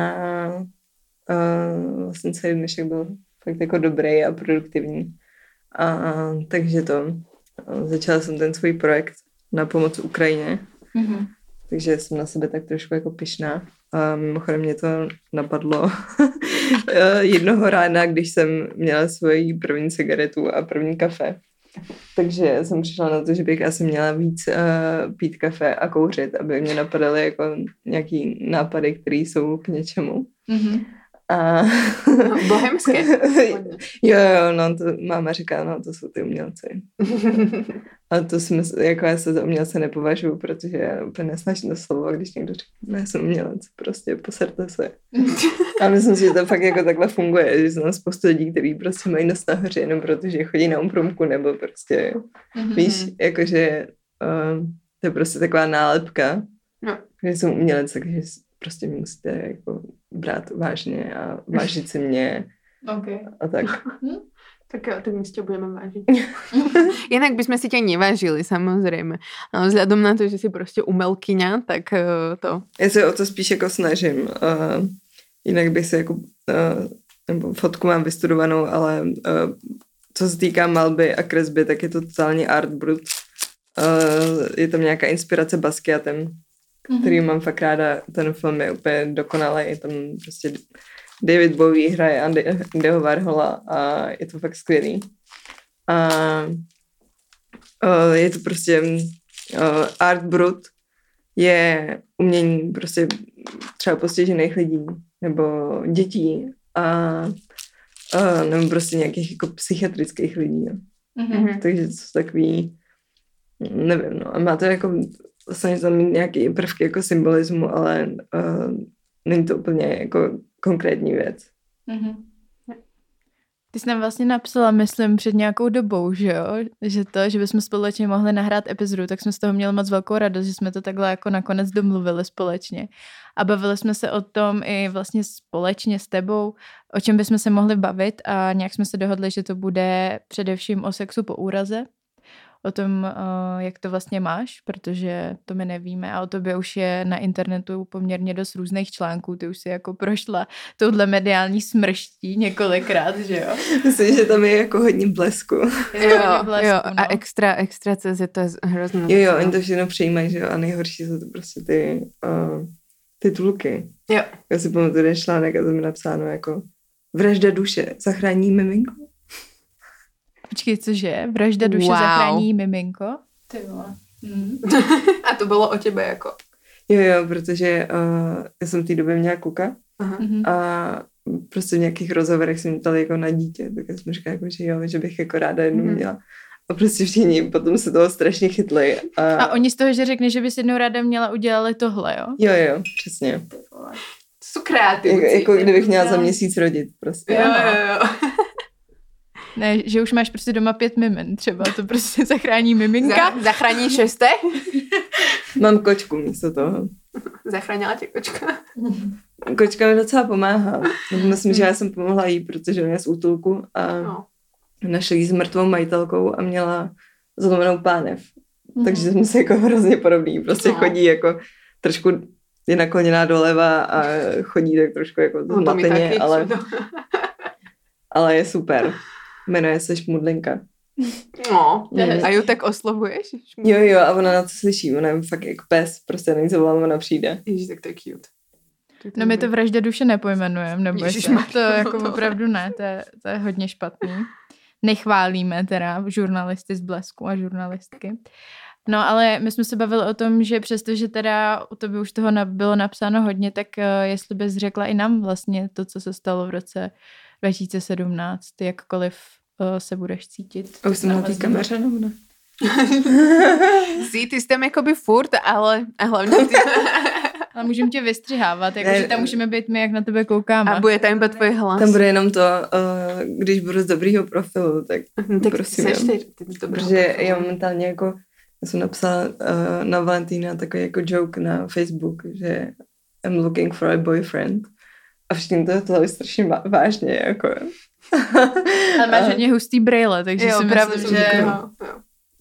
uh, vlastně celý dnešek byl fakt jako dobrý a produktivní. A, a takže to, uh, začala jsem ten svůj projekt na pomoc Ukrajině. Mm-hmm. Takže jsem na sebe tak trošku jako pyšná. A mimochodem mě to napadlo jednoho rána, když jsem měla svoji první cigaretu a první kafe. Takže jsem přišla na to, že bych asi měla víc uh, pít kafe a kouřit, aby mě napadaly jako nějaký nápady, které jsou k něčemu. Mm-hmm. A... No, bohemské. jo, jo, no, to máma říká, no, to jsou ty umělci. A to jsme, jako já se za umělce nepovažuji, protože já úplně nesnáším to slovo, když někdo říká, já jsem umělec, prostě poserte se. A myslím si, že to fakt jako takhle funguje, že jsou spoustu lidí, kteří prostě mají nos nahoře jenom protože chodí na umprumku, nebo prostě, mm-hmm. víš, jakože uh, to je prostě taková nálepka, no. Že jsem umělec, takže prostě mě musíte jako brát vážně a vážit si mě okay. a tak. Tak jo, tak my si tě budeme vážit. Jinak bychom si tě nevážili, samozřejmě. Ale vzhledem na to, že jsi prostě umelkyňa, tak to... Já se o to spíš jako snažím. Uh, jinak bych se jako... Uh, nebo fotku mám vystudovanou, ale uh, co se týká malby a kresby, tak je to totální art brut. Uh, je tam nějaká inspirace Basquiatem, mm-hmm. který mám fakt ráda. Ten film je úplně dokonalý. Je tam prostě David Bowie hraje Andyho Warhola a je to fakt skvělý. A uh, je to prostě uh, art brut je umění prostě třeba postižených lidí nebo dětí a uh, nebo prostě nějakých jako psychiatrických lidí. No. Mm-hmm. Takže to jsou takový nevím, no. A má to jako vlastně tam mít nějaký prvky jako symbolismu, ale uh, není to úplně jako konkrétní věc. Mm-hmm. Ty jsi nám vlastně napsala, myslím, před nějakou dobou, že jo? Že to, že bychom společně mohli nahrát epizodu, tak jsme z toho měli moc velkou radost, že jsme to takhle jako nakonec domluvili společně. A bavili jsme se o tom i vlastně společně s tebou, o čem bychom se mohli bavit a nějak jsme se dohodli, že to bude především o sexu po úraze. O tom, jak to vlastně máš, protože to my nevíme a o tobě už je na internetu poměrně dost různých článků, ty už si jako prošla touhle mediální smrští několikrát, že jo? Myslím, že tam je jako hodně blesku. Je jo, blesku, jo, no. A extra, extra C Z, to je hrozně. Jo, jo, oni to všechno přijímají, že jo, a nejhorší jsou to prostě ty uh, titulky. Jo. Já si pamatuju ten článek a to mi napsáno jako vražda duše, zachrání miminko. Počkej, cože? Vražda duše wow. zachrání miminko? Ty vole. Mm. A to bylo o tebe jako? Jo, jo, protože uh, já jsem v té době měla kluka uh-huh. a prostě v nějakých rozhovorech jsem ptala jako na dítě, tak já jsem říkala, jako, že jo, že bych jako ráda jednou uh-huh. měla. A prostě všichni potom se toho strašně chytli. A, a oni z toho, že řekne, že bys jednou ráda měla, udělali tohle, jo? Jo, jo, přesně. Jsou kreativní. Jako, jako kdybych měla za měsíc rodit, prostě. Jo, jo, jo. Ne, že už máš prostě doma pět mimin třeba, to prostě zachrání miminka. Za, zachrání šesté? Mám kočku místo toho. Zachránila tě kočka? Kočka mi docela pomáhá. Myslím, že já jsem pomohla jí, protože mě je z útulku a no. našli jí s mrtvou majitelkou a měla zlomenou pánev. Mm. Takže jsme se jako hrozně podobný. Prostě no. chodí jako trošku je nakloněná doleva a chodí tak trošku jako zmateně, no, ale, ale je super. Jmenuje se Šmudlinka. No, a ju tak oslovuješ? Jo, jo, a ona na to slyší, ona je fakt jako pes, prostě není zavolám, ona přijde. Ježiš, tak to je cute. No my to vražda duše nepojmenujeme, nebo to jako opravdu ne, to je, to je hodně špatný. Nechválíme teda žurnalisty z Blesku a žurnalistky. No ale my jsme se bavili o tom, že přestože teda u tebe už toho bylo napsáno hodně, tak uh, jestli bys řekla i nám vlastně to, co se stalo v roce dva tisíce sedmnáct, jakkoliv uh, se budeš cítit. A už jsem na té kameře, nebo ne? Jsi, ty jsi tam jakoby furt, ale a hlavně ty... Ale můžeme tě vystřihávat, jakože tam můžeme být my, jak na tebe koukáme. A bude tam iba tvůj hlas. Tam bude jenom to, uh, když budu z dobrýho profilu, tak, tak prosím. Ty, ty protože já momentálně jako, já jsem napsala uh, na Valentína takový jako joke na Facebook, že I'm looking for a boyfriend. A všichni to tohle strašně vážně, jako. Ale máš hodně hustý brejle, takže jo, si pravdu, myslím, že... Jo, jo.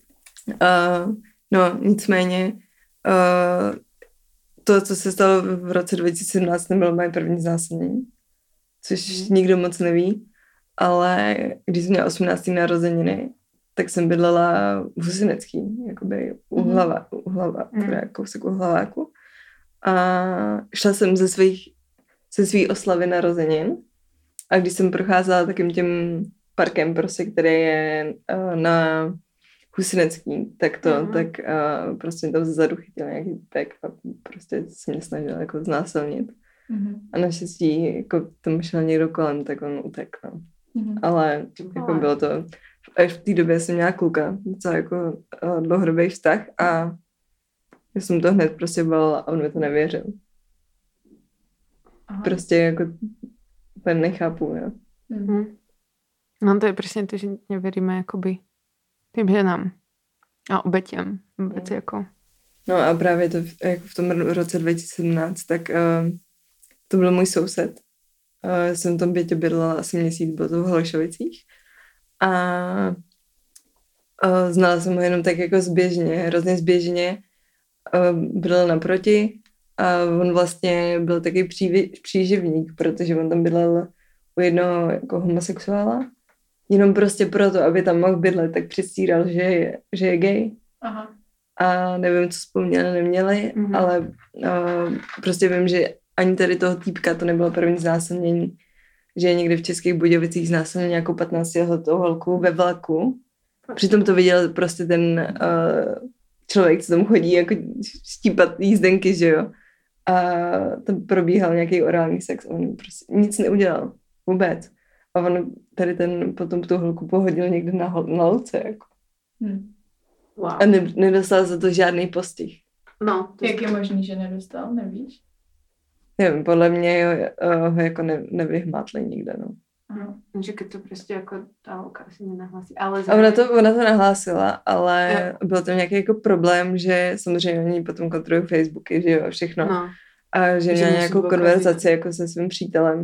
Uh, no, nicméně uh, to, co se stalo v roce dva tisíce sedmnáct, nebylo moje první znásilnění, což mm. nikdo moc neví, ale když jsem měla osmnácté narozeniny, tak jsem bydlela v Husinecký, jakoby u, hlava, u, hlava, mm. teda kousek u Hlaváku. A šla jsem ze svých ze svý oslavy narozenin a když jsem procházela takým tím parkem, prostě, který je uh, na Husinecký, tak to, mm. tak uh, prostě tam zezadu chytil nějaký pek a prostě se mě snažil jako znásilnit. Mm. A naštěstí, jako tomu šel někdo kolem, tak on utekl. Mm. Ale jako bylo to, až v té době jsem měla kluka, docela jako uh, dlouhodobý vztah a já jsem to hned prostě balila a on mi to nevěřil. Aha. Prostě jako úplně nechápu, jo. Mm. No to je přesně to, že nevěříme jakoby tým ženám a obětěm. Vůbec mm. jako. No a právě to jako v tom roce dva tisíce sedmnáct, tak uh, to byl můj soused. Uh, jsem tam bytě bydlela asi měsíc, bylo to v Holešovicích. A uh, znala jsem ho jenom tak jako zběžně, hrozně zběžně. Uh, bydlel naproti a on vlastně byl taky přívi, příživník, protože on tam bydlel u jednoho jako homosexuála. Jenom prostě proto, aby tam mohl bydlet, tak předstíral, že je, že je gay. Aha. A nevím, co vzpomněli, neměli, mm-hmm. ale uh, prostě vím, že ani tady toho týpka to nebylo první znásilnění, že je někde v Českých Budějovicích znásilnil nějakou patnáctiletou holku ve vlaku. Přitom to viděl prostě ten uh, člověk, co tam chodí jako štípat jízdenky, že jo. A tam probíhal nějaký orální sex a on prostě nic neudělal. Vůbec. A on tady ten potom tu holku pohodil někde na, na louce, jako. Hmm. Wow. A ne, nedostal za to žádný postih. No. To jak je možný, že nedostal, nevíš? Nevím, podle mě ho, ho jako ne, nevyhmátli nikde, no. Ano, že to prostě jako ta holka asi nenahlásí. Ale a ona to, ona to nahlásila, ale jo. Byl tam nějaký jako problém, že samozřejmě oni potom kontrolují Facebooky, že jo, a všechno. No. A že měla nějakou konverzaci jako se svým přítelem,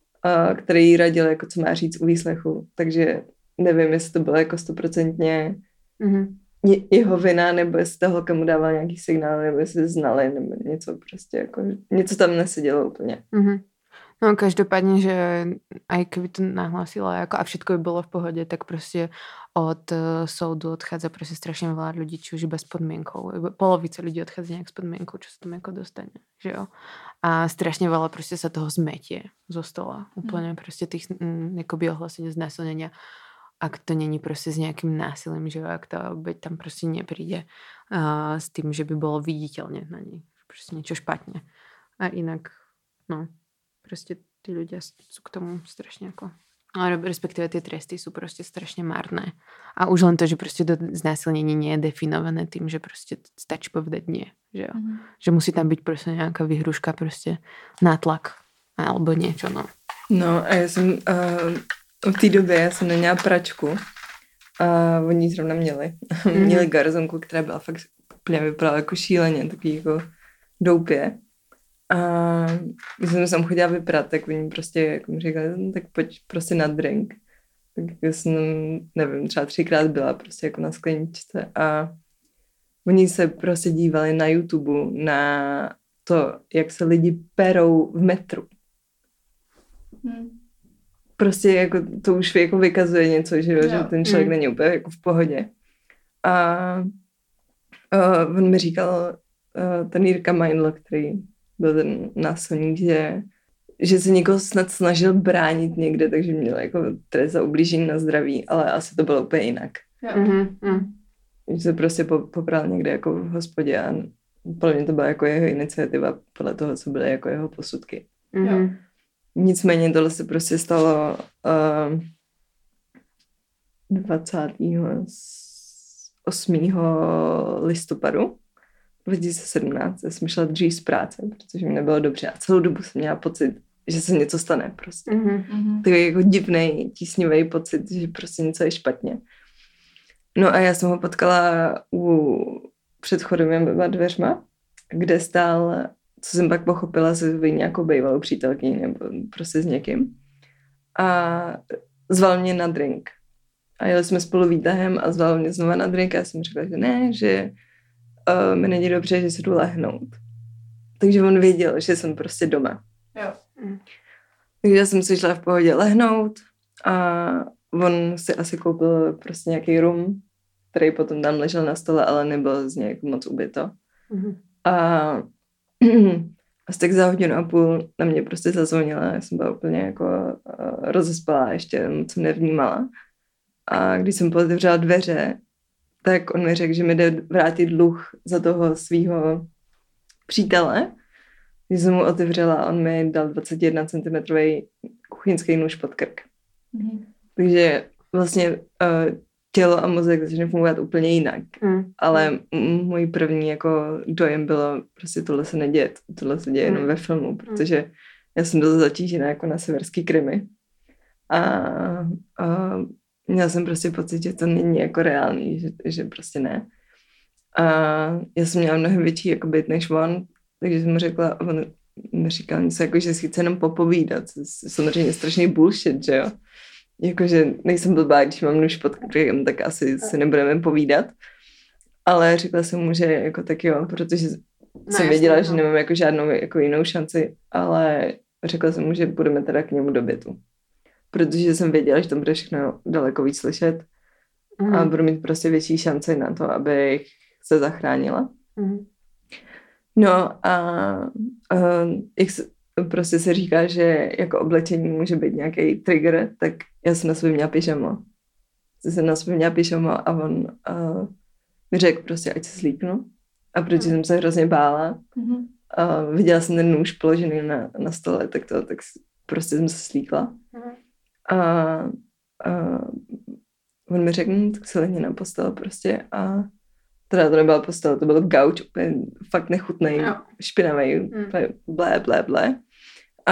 a, který jí radil, jako co má říct u výslechu. Takže nevím, jestli to bylo jako stoprocentně mm-hmm. jeho vina, nebo jestli ta holka mu dávala nějaký signál, nebo jestli znali, nebo něco prostě jako, něco tam nesedělo úplně. Mm-hmm. No každopádně, že aj keby to nahlásila jako a všetko by bylo v pohodě, tak prostě od uh, soudu odchádza prostě strašně veľa ľudí, či už bez podmienkou. Polovice ľudí odchádza nějak s podmienkou, čo sa tam jako dostane, že jo. A strašně veľa prostě sa toho zmetie zo stola. Úplně mm. prostě tých mm, jakoby ohlásení znásilnenia, ak to není prostě s nějakým násilím, že jo, ak ta obeť tam prostě nepríde uh, s tým, že by bylo viditeľne na nej. Prostě niečo špatně. A inak, no, prostě ty ľudia sú k tomu strašně jako... Ale respektive ty tresty sú prostě strašně marné. A už len to, že prostě to znásilnení nie je definované tým, že prostě stačí povedať nie, že jo. Mm-hmm. Že musí tam byť prostě nějaká vyhruška, prostě nátlak alebo niečo, no. No a já jsem uh, v té době, já jsem neměla pračku a oni zrovna měli. Mm-hmm. Měli garzonku, která byla fakt úplně vypadala jako šíleně, takový jako doupě. A když jsem tam chodila vyprat, tak oni prostě jako mi říkali, no, tak pojď prostě na drink. Tak jsem, nevím, třeba třikrát byla prostě jako na skleničce a oni se prostě dívali na YouTube na to, jak se lidi perou v metru. Hmm. Prostě jako to už jako vykazuje něco, že, jo, že ten člověk hmm. není úplně jako v pohodě. A uh, on mi říkal, uh, ten Jirka Meindl, který byl ten násilník, že, že se někoho snad snažil bránit někde, takže měl jako trest za ublížení na zdraví, ale asi to bylo úplně jinak. Mm-hmm. Že se prostě popral někde jako v hospodě a podle mě to byla jako jeho iniciativa podle toho, co byly jako jeho posudky. Mm-hmm. Nicméně tohle se prostě stalo uh, dvacátého osmého listopadu dva tisíce sedmnáct. Já jsem šla dřív z práce, protože mi nebylo dobře a celou dobu jsem měla pocit, že se něco stane prostě. Mm-hmm. Takový jako divnej, tísnivý pocit, že prostě něco je špatně. No a já jsem ho potkala u před chodovými dveřma, kde stál, co jsem pak pochopila, se nějakou bývalou přítelkyní nebo prostě s někým. A zval mě na drink. A jeli jsme spolu výtahem a zval mě znova na drink a já jsem řekla, že ne, že uh, mi není dobře, že se jdu lehnout. Takže on věděl, že jsem prostě doma. Jo. Takže já jsem si šla v pohodě lehnout a on si asi koupil prostě nějaký rum, který potom tam ležel na stole, ale nebyl z něj jako moc ubyto. Mm-hmm. A asi tak za hodinu a půl na mě prostě zazvonila. Já jsem byla úplně jako uh, rozespalá, ještě moc jsem nevnímala. A když jsem otevřela dveře, tak on mi řekl, že mi jde vrátit dluh za toho svého přítele. Když jsem mu otevřela, on mi dal dvacet jedna centimetrů kuchyňský nůž pod krk. Mm-hmm. Takže vlastně uh, tělo a mozek začne fungovat úplně jinak. Mm. Ale m- můj první jako dojem bylo, prostě tohle se neděje, tohle se děje mm. jenom ve filmu, protože já jsem byla zatížená jako na severský Krymy. A, a měla jsem prostě pocit, že to není jako reálný, že, že prostě ne. A já jsem měla mnohem větší jako byt než on, takže jsem mu řekla, a on mi říkal něco jako, že si chce jenom popovídat. Samozřejmě strašný bullshit, že jo. Jakože nejsem blbá, když mám nůž pod krkem, tak asi se nebudeme povídat. Ale řekla jsem mu, že jako tak jo, protože no, jsem věděla, jasný, že nemám jako žádnou jako jinou šanci, ale řekla jsem mu, že budeme teda k němu do bytu. Protože jsem věděla, že tam bude všechno daleko víc slyšet mm. a budu mít prostě větší šanci na to, abych se zachránila. Mm. No a uh, jak se, prostě se říká, že jako oblečení může být nějaký trigger, tak já jsem na sobě měla pyžamo. Já jsem na sobě měla pyžamo a on uh, mi řekl prostě, ať se slíknu. A protože mm. jsem se hrozně bála mm. a viděla jsem ten nůž položený na, na stole, tak to tak prostě jsem se slíkla. Mm. A, a on mi řekl, no, tak se lehni na postel prostě a teda to nebyla postel, to byl gauč, úplně fakt nechutnej, no. špinavý, mm. blé, blé, blé. A,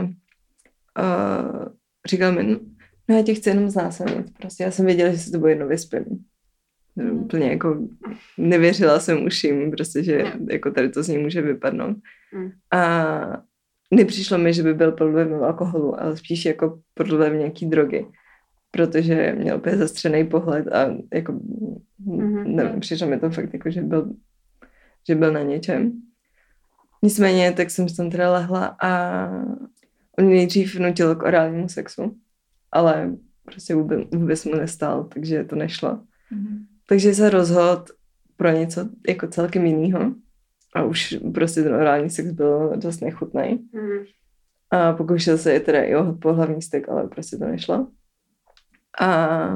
a říkal mi, no já tě chci jenom znásilnit, prostě já jsem věděla, že se to bude jedno vyspím. Mm. Úplně jako nevěřila jsem uším, prostě, že no. jako tady to z něj může vypadnout. Mm. A nepřišlo mi, že by byl pod vlivem alkoholu, ale spíš jako pod vlivem nějaký drogy, protože měl úplně zastřený pohled a jako mm-hmm. nevím, přišlo mi to fakt jako, že byl, že byl na něčem. Nicméně, tak jsem tam teda lehla a on mě nejdřív nutil k orálnímu sexu, ale prostě vůbec, vůbec mu nestál, takže to nešlo. Mm-hmm. Takže se rozhodl pro něco jako celkem jinýho. A už prostě ten orální sex byl dost nechutný. Mm. A pokoušel se je teda i o pohlavní styk, ale prostě to nešlo. A, a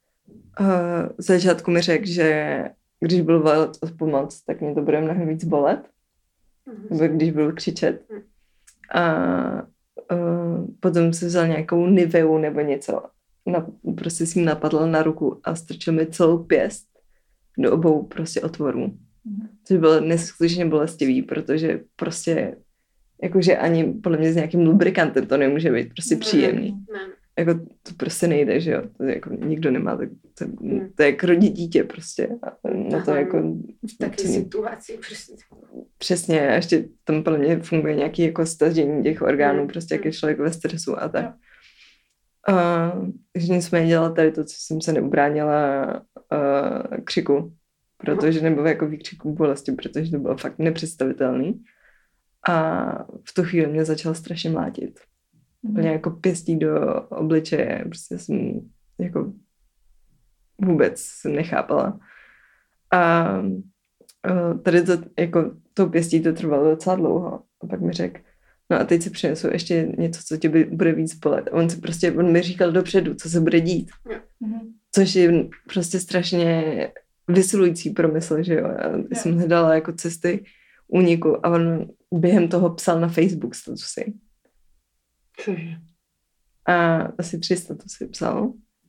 v začátku mi řekl, že když budu volat o pomoc, tak mě to bude mnohem víc bolet. Mm. Nebo když budu křičet. Mm. A, a potom se vzal nějakou niveu nebo něco. Na, prostě si mi napadl na ruku a strčil mi celou pěst do obou prostě otvorů. Což bylo neskutečně bolestivý, protože prostě jakože ani podle mě s nějakým lubrikantem to nemůže být prostě příjemný. Ne, ne. Jako to prostě nejde, že jo. To jako nikdo nemá, tak to, hmm. to je jak rodit dítě prostě. A na to jako... V takové situaci prostě. Přesně, a ještě tam podle mě funguje nějaký jako stažení těch orgánů, hmm. prostě jak je člověk ve stresu a tak. A, takže nicméně dělala tady to, co jsem se neubránila uh, křiku. Protože nebylo jako výkřiků bolesti, protože to bylo fakt nepředstavitelný. A v tu chvíli mě začal strašně mlátit. Úplně jako pěstí do obličeje. Prostě jsem jako vůbec nechápala. A tady to, jako tou pěstí to trvalo docela dlouho. A pak mi řekl, no a teď si přinesu ještě něco, co tě bude víc bolet. A on si prostě, on mi říkal dopředu, co se bude dít. Což je prostě strašně vysilující promysl, že jo. Já yeah. jsem hledala jako cesty úniku a on během toho psal na Facebook statusy. Cože? A asi tři statusy psal.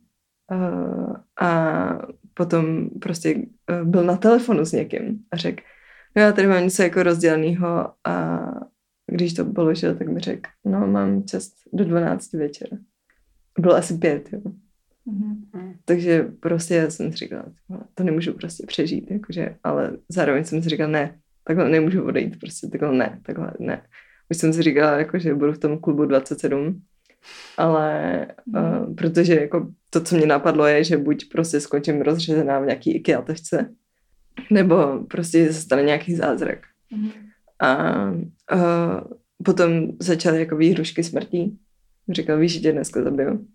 Uh, a potom prostě uh, byl na telefonu s někým a řekl, no já tady mám něco jako rozdělenýho a když to položil, tak mi řekl, no mám čas do dvanácti večer. Bylo asi pět, jo. Mm-hmm. Takže prostě já jsem si říkala, to nemůžu prostě přežít, jakože, ale zároveň jsem si říkala, ne, takhle nemůžu odejít, prostě takhle ne, takhle ne. Už jsem si říkala, jako, že budu v tom klubu dvacet sedm, ale mm. uh, protože jako to, co mě napadlo, je, že buď prostě skončím rozřezená v nějaký IKEA tašce, nebo prostě se stane nějaký zázrak. Mm. A uh, potom začaly jako výhrušky smrtí. Říkal, víš, že tě dneska zabiju.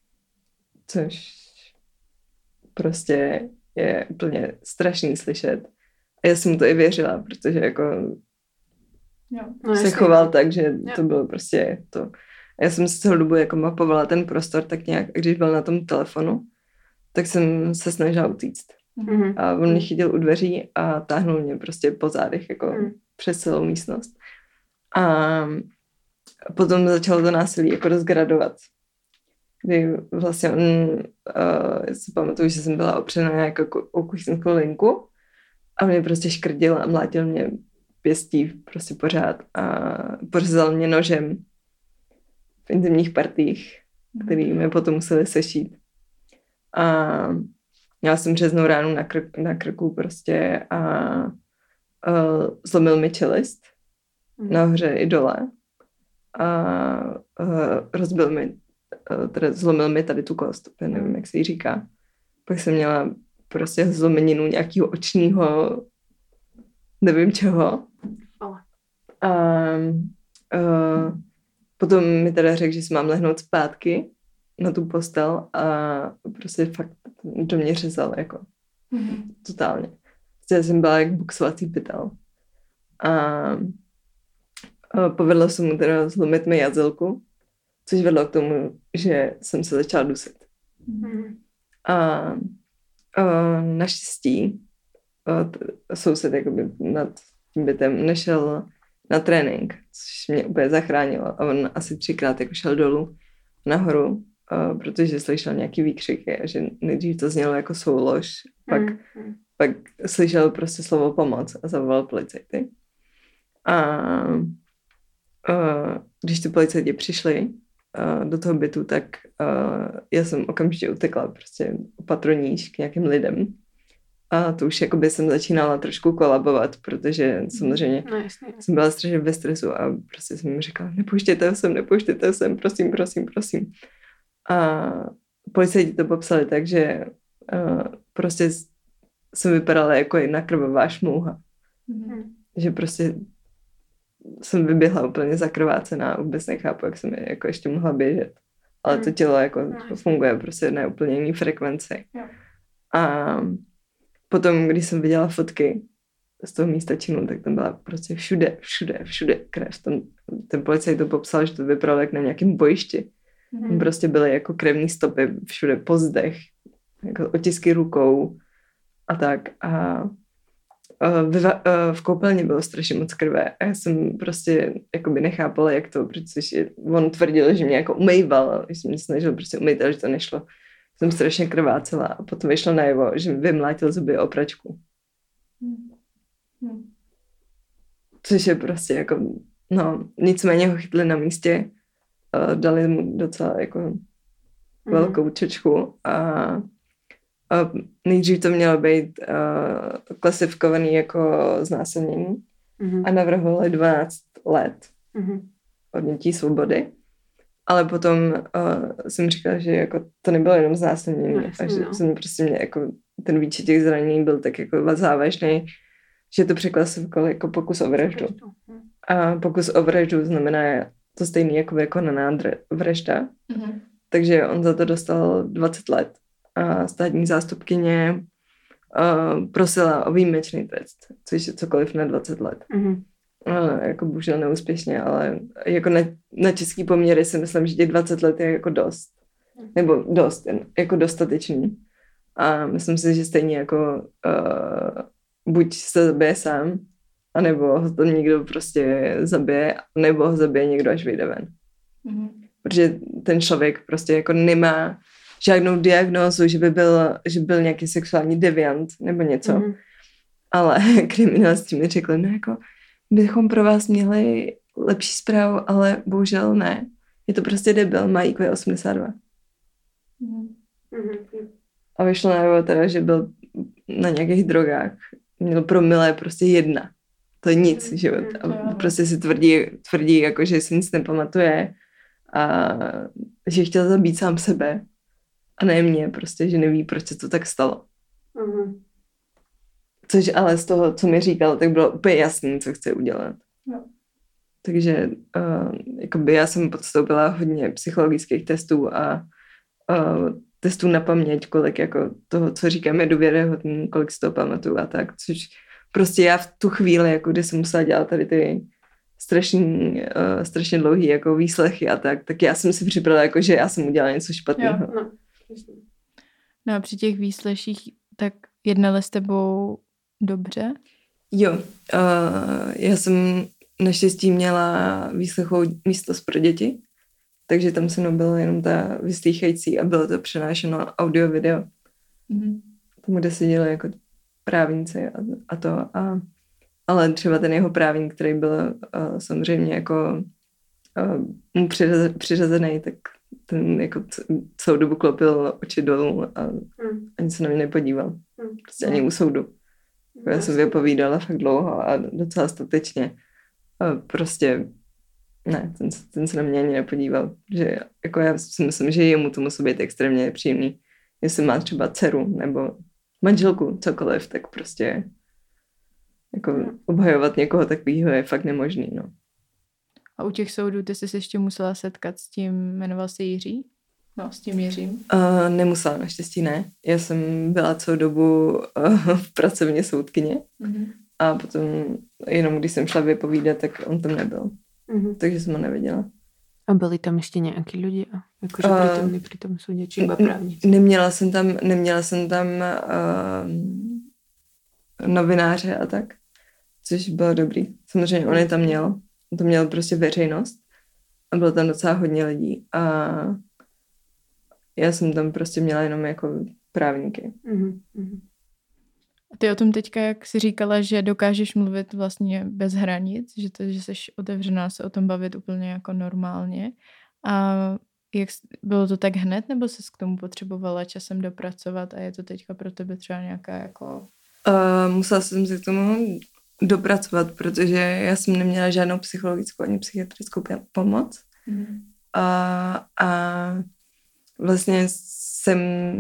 Což prostě je úplně strašný slyšet. A já jsem mu to i věřila, protože jako jo. No, se choval tak, že jo. To bylo prostě to. A já jsem si celou dobu jako mapovala ten prostor tak nějak, a když byl na tom telefonu, tak jsem se snažila utíct. Mm-hmm. A on mě chytil u dveří a táhnul mě prostě po zádech jako mm. přes celou místnost. A potom začalo to násilí jako rozgradovat. Kdy vlastně on, uh, já si pamatuju, že jsem byla opřená jako o kuchyňskou linku a mě prostě škrdil a mlátil mě pěstí prostě pořád a pořezal mě nožem v intimních partích, který mě potom museli sešít. A měla jsem řeznou ránu na, krk, na krku prostě a uh, zlomil mi čelist mm. nahoře i dole a uh, rozbil mi, uh, teda zlomil mi tady tu kost, já nevím, jak se jí říká. Pak jsem měla prostě zlomeninu nějakého očního, nevím čeho. A uh, potom mi teda řekl, že si mám lehnout zpátky na tu postel a prostě fakt do mě řezal, jako mm-hmm. totálně. Já jsem byla jak boxovací pytel. A, a povedlo se mu teda zlomit mi jazylku, což vedlo k tomu, že jsem se začala dusit. Mm-hmm. A, a naštěstí a t- soused jakoby nad tím bytem nešel na trénink, což mě úplně zachránilo. A on asi třikrát jako šel dolů nahoru, uh, protože slyšel nějaký výkřiky a že nejdřív to znělo jako soulož, pak, mm. pak slyšel prostě slovo pomoc a zavolal policajty. A uh, když ty policajti přišli uh, do toho bytu, tak uh, já jsem okamžitě utekla prostě opatroníž k nějakým lidem. A to už jakoby jsem začínala trošku kolabovat, protože samozřejmě no, jasně. jsem byla strašně ve stresu a prostě jsem mi říkala, nepouštějte ho sem, nepouštějte ho sem, prosím, prosím, prosím. A policajti to popsali tak, že uh, prostě jsem vypadala jako jedna krvavá šmouha. Mm. Že prostě jsem vyběhla úplně zakrvácená a vůbec nechápu, jak jsem jako ještě mohla běžet. Ale to tělo jako no, funguje prostě na úplně jiný frekvenci. Jo. A potom, když jsem viděla fotky z toho místa činu, tak tam byla prostě všude, všude, všude krev. Tam, ten policajt to popsal, že to vypadalo jak na nějakém bojišti. Mm. Tam prostě byly jako krevní stopy všude po zdech, jako otisky rukou a tak. A v, v koupelně bylo strašně moc krve a já jsem prostě jakoby nechápala, jak to, protože on tvrdil, že mě jako umýval, že mě snažil prostě umýt, ale že to nešlo. Jsem strašně krvácela a potom vyšlo najevo, že mi vymlátil zuby o pračku. Hmm. Hmm. Což je prostě jako, no, nicméně ho chytli na místě, uh, dali mu docela jako hmm. velkou čočku a, a nejdřív to mělo být uh, klasifikovaný jako znásilnění hmm. a navrhovali dvanáct let hmm. odnětí svobody. Ale potom uh, jsem říkala, že jako to nebylo jenom znásilnění no, a že no. jsem prostě mě jako ten výčet těch zranění byl tak jako závažný, že to překlasifikovali jako pokus o vraždu. A pokus o vraždu znamená to stejný jako vykonaná vražda. Mm-hmm. Takže on za to dostal dvacet let. A státní zástupkyně uh, prosila o výjimečný trest, což je cokoliv na dvacet let. Mm-hmm. No, jako bohužel neúspěšně, ale jako na, na český poměry si myslím, že těch dvacet let je jako dost. Nebo dost, jako dostatečný. A myslím si, že stejně jako uh, buď se zabije sám, anebo ho to někdo prostě zabije, nebo ho zabije někdo, až vyjde ven. Mm-hmm. Protože ten člověk prostě jako nemá žádnou diagnózu, že by byl, že byl nějaký sexuální deviant nebo něco. Mm-hmm. Ale kriminalisti mi řekli, no jako bychom pro vás měli lepší zprávu, ale bohužel ne. Je to prostě debil, má í kvé osmdesát dva. Mm-hmm. A vyšlo najevo teda, že byl na nějakých drogách. Měl promile prostě jedna. To je nic, život. A prostě si tvrdí, tvrdí jako, že si nic nepamatuje a že chtěl zabít sám sebe. A ne mě, prostě, že neví, proč se to tak stalo. Mm-hmm. Což ale z toho, co mi říkal, tak bylo úplně jasný, co chce udělat. No. Takže uh, jakoby já jsem podstoupila hodně psychologických testů a uh, testů na paměť, kolik jako toho, co říkám, je důvěryhodný, kolik si toho pamatuju a tak, což prostě já v tu chvíli, jako kdy jsem musela dělat tady ty strašný, uh, strašně dlouhý jako výslechy a tak, tak já jsem si připravila, jako, že já jsem udělala něco špatného. Jo, no. no a při těch výsleších tak jednali s tebou dobře? Jo, uh, já jsem naštěstí měla výslechovou místnost pro děti, takže tam se mnou byla jenom ta vyslýchající a bylo to přenášeno audio, video. Mm-hmm. Tomu, kde seděli jako právníci a, a to. A, ale třeba ten jeho právník, který byl uh, samozřejmě jako uh, mu přiřazený, tak ten jako celou dobu klopil oči dolů a hmm. ani se na mě nepodíval. Hmm. Prostě ani u soudu. Hmm. Já jsem vypovídala fakt dlouho a docela statečně. A prostě ne, ten, ten se na mě ani nepodíval. Že, jako já si myslím, že jemu to musí být extrémně příjemný. Jestli má třeba dceru nebo manželku, cokoliv, tak prostě jako hmm. obhajovat někoho takového je fakt nemožný, no. A u těch soudů ty jsi se ještě musela setkat s tím, jmenoval se Jiří? No, s tím Jiřím. Uh, nemusela, naštěstí ne. Já jsem byla celou dobu uh, v pracovně soudkyně mm-hmm. a potom jenom když jsem šla vypovídat, tak on tam nebyl. Mm-hmm. Takže jsem ho neviděla. A byli tam ještě nějaký lidi? Jakože uh, přítomní při tom soudě, či iba právníci? Neměla jsem tam, neměla jsem tam uh, novináře a tak, což bylo dobrý. Samozřejmě on je tam měl. On to měl prostě veřejnost a bylo tam docela hodně lidí a já jsem tam prostě měla jenom jako právníky. Mm-hmm. A ty o tom teďka, jak jsi říkala, že dokážeš mluvit vlastně bez hranic, že, to, že jsi otevřená se o tom bavit úplně jako normálně. A jak, bylo to tak hned, nebo jsi k tomu potřebovala časem dopracovat a je to teďka pro tebe třeba nějaká jako... Uh, musela jsem se k tomu dopracovat, protože já jsem neměla žádnou psychologickou ani psychiatrickou pomoc. Mm. A, a vlastně jsem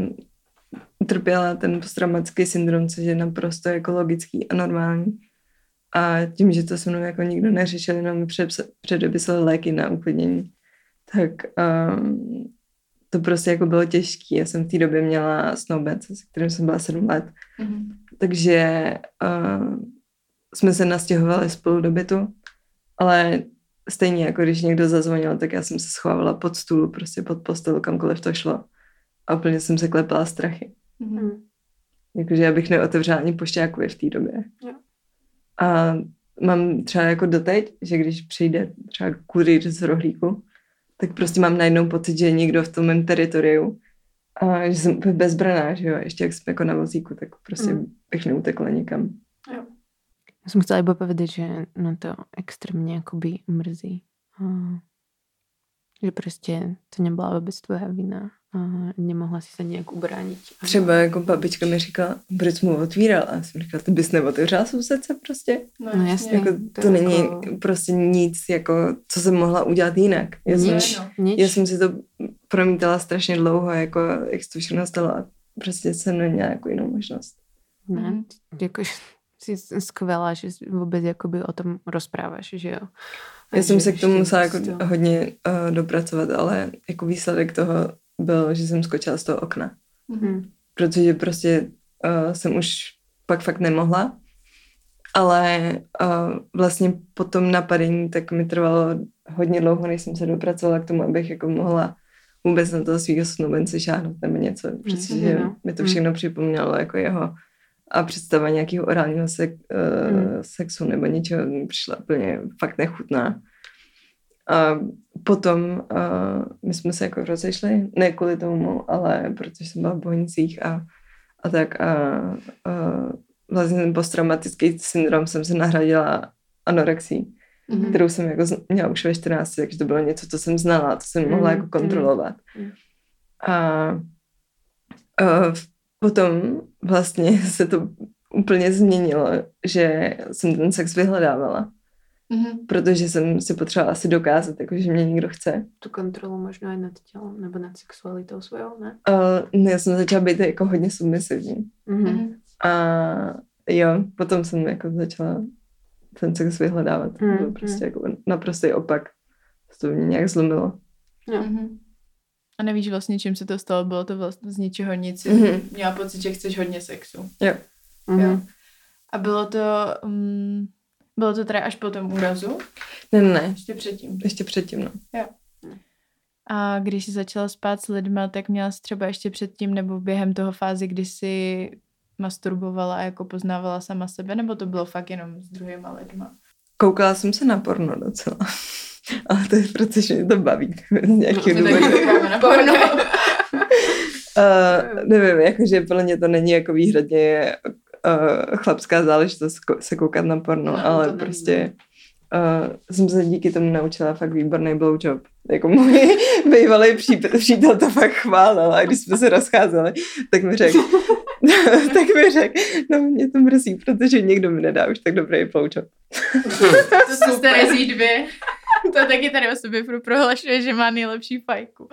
utrpěla ten posttraumatický syndrom, což je naprosto jako logický a normální. A tím, že to se mnou jako nikdo neřešil, jenom mi předepisali léky na uklidnění, tak um, to prostě jako bylo těžké. Já jsem v té době měla snoubence, se kterým jsem byla sedm let. Mm. Takže uh, jsme se nastěhovali spolu do bytu, ale stejně jako když někdo zazvonil, tak já jsem se schovávala pod stůl, prostě pod postel, kamkoliv to šlo. A úplně jsem se klepala strachy. Mm. Jakože já bych neotevřela ani pošťákovi v té době. Jo. A mám třeba jako doteď, že když přijde třeba kurýr z rohlíku, tak prostě mám najednou pocit, že je někdo v tom mém teritoriu a že jsem bezbraná, že jo, ještě jak jsme jako na vozíku, tak prostě mm. bych neutekla nikam. Jo. Já jsem chcela iba povedať, že no to extrémně jakoby mrzí. A že prostě to nebyla vůbec tvoja vina a nemohla si se nějak ubránit. Třeba jako babička mi říkala, proč jsi mu otvíral? A já jsem říkala, ty bys neotevřela sousedce prostě? No, no jasně. Jako, to, to není jako... prostě nic, jako, co jsem mohla udělat jinak. Já, nič, jsem, nič. já jsem si to promítala strašně dlouho, jako, jak to všechno stalo a prostě jsem neměla jako jinou možnost. Ne, mm. jako jsi skvělá, že vůbec jakoby o tom rozpráváš, že jo? A já jsem se k tomu musela jako to... hodně uh, dopracovat, ale jako výsledek toho byl, že jsem skočila z toho okna. Mm. Protože prostě uh, jsem už pak fakt nemohla, ale uh, vlastně po tom napadení tak mi trvalo hodně dlouho, než jsem se dopracovala k tomu, abych jako mohla vůbec na toho svýho snoubence šáhnout nebo něco. Protože mm. mi to všechno mm. připomnělo jako jeho a představa nějakého orálního sek, uh, mm. sexu nebo něčeho mi přišla úplně fakt nechutná. A potom uh, my jsme se jako rozešli, ne kvůli tomu, ale protože jsem byla v Bohnicích a, a tak a, a vlastně ten posttraumatický syndrom jsem se nahradila anorexií, mm. kterou jsem jako měla už ve čtrnácti, takže to bylo něco, co jsem znala, co jsem mohla mm. jako kontrolovat. Mm. A, a potom vlastně se to úplně změnilo, že jsem ten sex vyhledávala. Mm-hmm. Protože jsem si potřebovala asi dokázat, jako, že mě někdo chce. Tu kontrolu možná i nad tělem nebo nad sexualitou svojou, ne? Uh, ne, já jsem začala být jako hodně submisivní. Mm-hmm. A jo, potom jsem jako začala ten sex vyhledávat. Mm-hmm. Bylo prostě jako naprostý opak. To mě nějak zlomilo. Jo. Mm-hmm. A nevíš vlastně, čím se to stalo? Bylo to vlastně z ničeho nic. Mm-hmm. Měla pocit, že chceš hodně sexu. Jo. Mm-hmm. Jo. A bylo to... Um... Bylo to teda až po tom úrazu? Ne, ne, ne. Ještě předtím. Ještě předtím, no. Jo. A když jsi začala spát s lidma, tak měla jsi třeba ještě předtím nebo během toho fázi, kdy jsi masturbovala a jako poznávala sama sebe, nebo to bylo fakt jenom s druhýma lidma? Koukala jsem se na porno docela. Ale to je protože mě to baví. Nějaký no, na porno. uh, nevím, jakože podle mě to není jako výhradně uh, chlapská záležitost se koukat na porno, no, ale prostě uh, jsem se díky tomu naučila fakt výborný blowjob. Jako můj bývalý přítel to fakt chválil a když jsme se rozcházeli, tak mi řekl, tak mi řekl, no mě to mrzí, protože někdo mi nedá už tak dobrý blowjob. To jste rezí dvě. To taky tady o sobě prohlašuje, že má nejlepší fajku.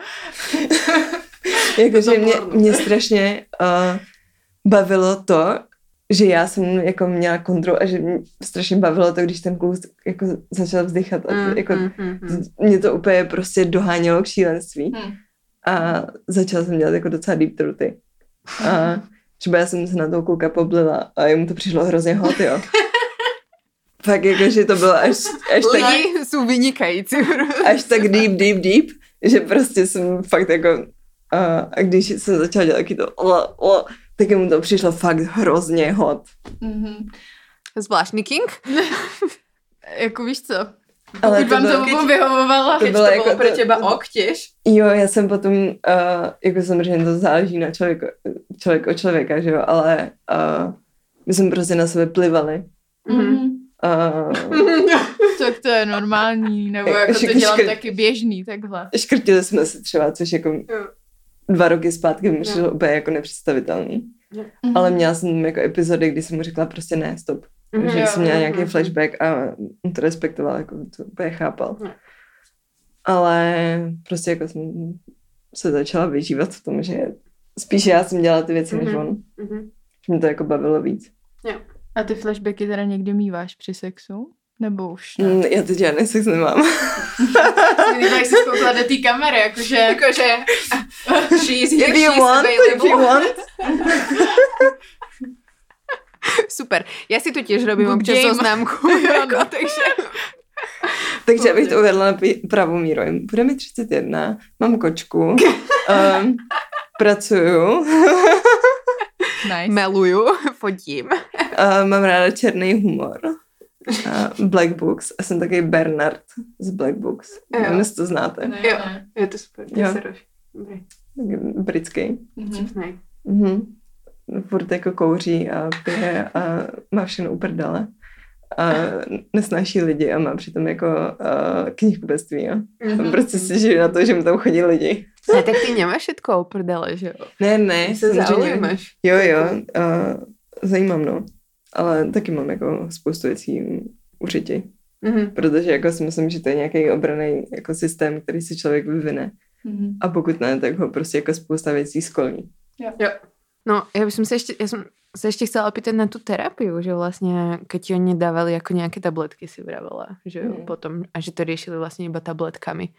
Jakože mě, mě strašně uh, bavilo to, že já jsem jako měla kontrolu a že mě strašně bavilo to, když ten kluk jako začal vzdychat. A Mm, jako, mm, mm, mm. mě to úplně prostě dohánělo k šílenství. Hmm. A začala jsem dělat jako docela deep throaty. A třeba já jsem se na toho kluka poblila a jemu to přišlo hrozně hot, jo. Fakt jako, že to bylo až, až tak... Lidi jsou vynikající. Až tak deep, deep, deep, že prostě jsem fakt jako... A, a když jsem začala dělat taky to... O, o, tak mu to přišlo fakt hrozně hot. Mm-hmm. Zvláštní king? Jako víš co? Ale Pokud vám to obou vyhovovalo, to to bylo bylo jako pro to- těba ok těž. Jo, já jsem potom, uh, jako samozřejmě to záleží na člověk, člověk od člověka, že jo, ale uh, my jsme prostě na sebe plivali. Mm-hmm. Uh, Tak to je normální, nebo Jak- jako to škr- dělám škr- taky běžný, takhle. škrtili jsme se třeba, což jako Jo. dva roky zpátky mi Jo. přišlo úplně jako nepředstavitelný. Mm-hmm. Ale měla jsem jako epizody, kdy jsem mu řekla prostě ne, stop. Mhm. Že Jo, jsem měla mhm, nějaký mhm. flashback a on to respektoval, jako to úplně chápal. Jo. Ale prostě jako jsem se začala vyžívat v tom, že spíš já jsem dělala ty věci, než Mhm. on. Mhm. Že mě to jako bavilo víc. A ty flashbacky teda někdy míváš při sexu? Nebo už ne? Mm, já teď žádný sex nemám. Někdy tak si skoukla do té kamery, jakože... jakože She's If you want, if you want. Super. Já si tu těž robím Good občas game. oznámku. jako, takže... Takže abych to uvedla na pi- pravou míru. Bude mi třicet jedna, mám kočku, um, pracuju, Nice. Meluju, fotím. uh, mám ráda černý humor. Uh, Black Books. A jsem taky Bernard z Black Books. Jo. Nevím, jestli to znáte. Ne, Jo. ne. Je to super. Jo. To se rož. Dobrý. Taky britský. Mhm. Vtipnej. Mhm. Furt jako kouří a pije a má všechno uprdele. A nesnáší lidi a má přitom jako uh, knihkupectví. Jo? Mhm. Prostě si žije na to, že mu tam chodí lidi. Ne, tak ty nemáš všetko uprdele, že jo? Ne, ne, Ty se samozřejmě. zaujímaš. Jo, jo, uh, zajímám, no. Ale taky mám jako spoustu věcí určitě. Mhm. Protože jako si myslím, že to je nějaký obranný jako systém, který si člověk vyvine. Mhm. A pokud ne, tak ho prostě jako spousta věcí skolí. Jo. No, ja by som sa ešte, ja som sa ešte chcela opýtať na tú terapiu, že vlastne, keď ti oni dávali ako nejaké tabletky, si vravela, že Mm. potom, a že to riešili vlastne iba tabletkami.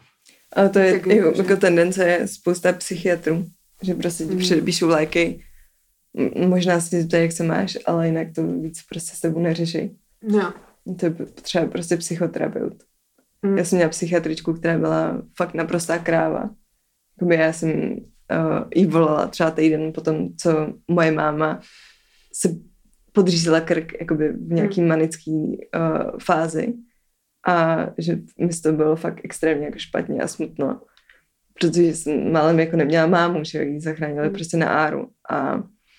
A to je Tak jako, jakože- jako tendence spousta psychiatrů, že prostě ti Mm. předepíšou léky, M- možná si zeptají, jak se máš, ale jinak to víc prostě s tebou neřeší. No. To je potřeba prostě psychoterapeut. Mm. Já jsem měla psychiatričku, která byla fakt naprostá kráva. Jakoby já jsem uh, jí volala třeba týden potom, co moje máma se podřízla krk jakoby v nějaký Mm. manický uh, fázi a že mi to bylo fakt extrémně jako špatně a smutno, protože jsem málem jako neměla mámu, že ji zachránili Mm. prostě na áru a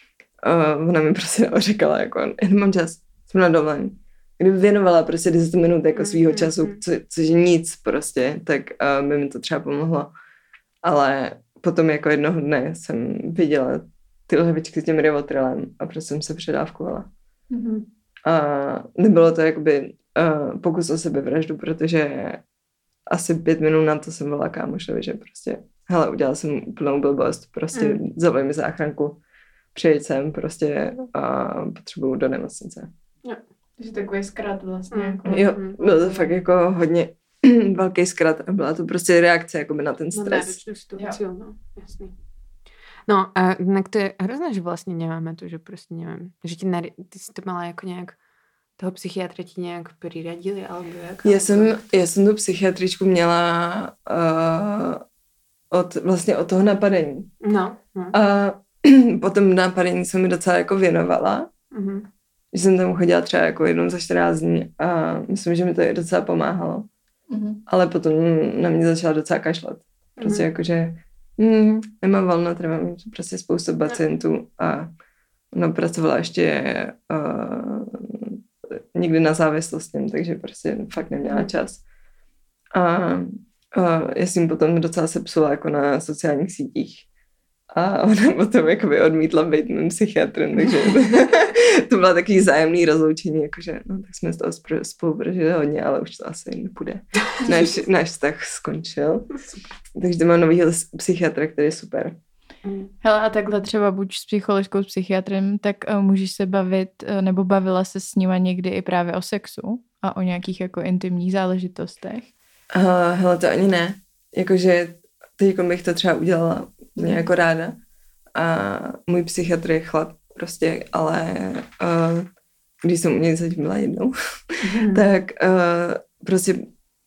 uh, ona mi prostě říkala jako, já nemám čas, jsem na dovolený. Kdyby věnovala prostě deset minut jako svýho Mm, času, mm. co, což je nic prostě, tak uh, by mi to třeba pomohlo. Ale potom jako jednoho dne jsem viděla ty lhevičky s tím Rivotrilem a prostě jsem se předávkovala. Mhm. A nebylo to jakoby uh, pokus o sebevraždu, protože asi pět minut na to jsem volala kámošovi, že prostě hele, udělala jsem úplnou blbost, prostě Mm. mm. zavolej mi záchranku, přijeď sem prostě a potřebuju do nemocnice. Takže takový zkrát vlastně. Mm. Jako. Jo, Mhm. byl to fakt jako hodně velký zkrat a byla to prostě reakce jakoby na ten Na stres. náročnú situáciu, no, jasný. No a inak to je hrozné, že vlastne nemáme to, že proste neviem, že ti nari- ty si to mala jako nejak, toho psychiatra ti nejak priradili, alebo jak? Já jsem, já jsem tu psychiatričku měla uh, od, vlastně od toho napadení. No, no. A potom napadení se mi docela jako věnovala, Mhm. že jsem tam chodila třeba jako jednou za čtrnáct dní a myslím, že mi to i docela pomáhalo. Mhm. Ale potom na mě začala docela kašlat. Prostě Mhm. jakože hm, nemám volno, mám prostě spoustu pacientů a ona pracovala ještě uh, někdy na závislostním, takže prostě fakt neměla čas. A, a já jsem potom docela sepsula jako na sociálních sítích. A ona potom jakoby odmítla být mým psychiatrem, takže to byla takový zájemný rozloučení, jakože no tak jsme z toho spolu prožili hodně, ale už to asi nepůjde. Náš, náš vztah skončil. Takže to mám novýho psychiatra, který je super. Hele, a takhle třeba buď s psycholožkou, s psychiatrem, tak uh, můžeš se bavit, uh, nebo bavila se s nima někdy i právě o sexu a o nějakých jako intimních záležitostech? Uh, hele, to ani ne. Jakože teď bych to třeba udělala mě jako ráda. A můj psychiatr je chlap prostě, ale uh, když jsem u něj zatím byla jednou, mm. tak uh, prostě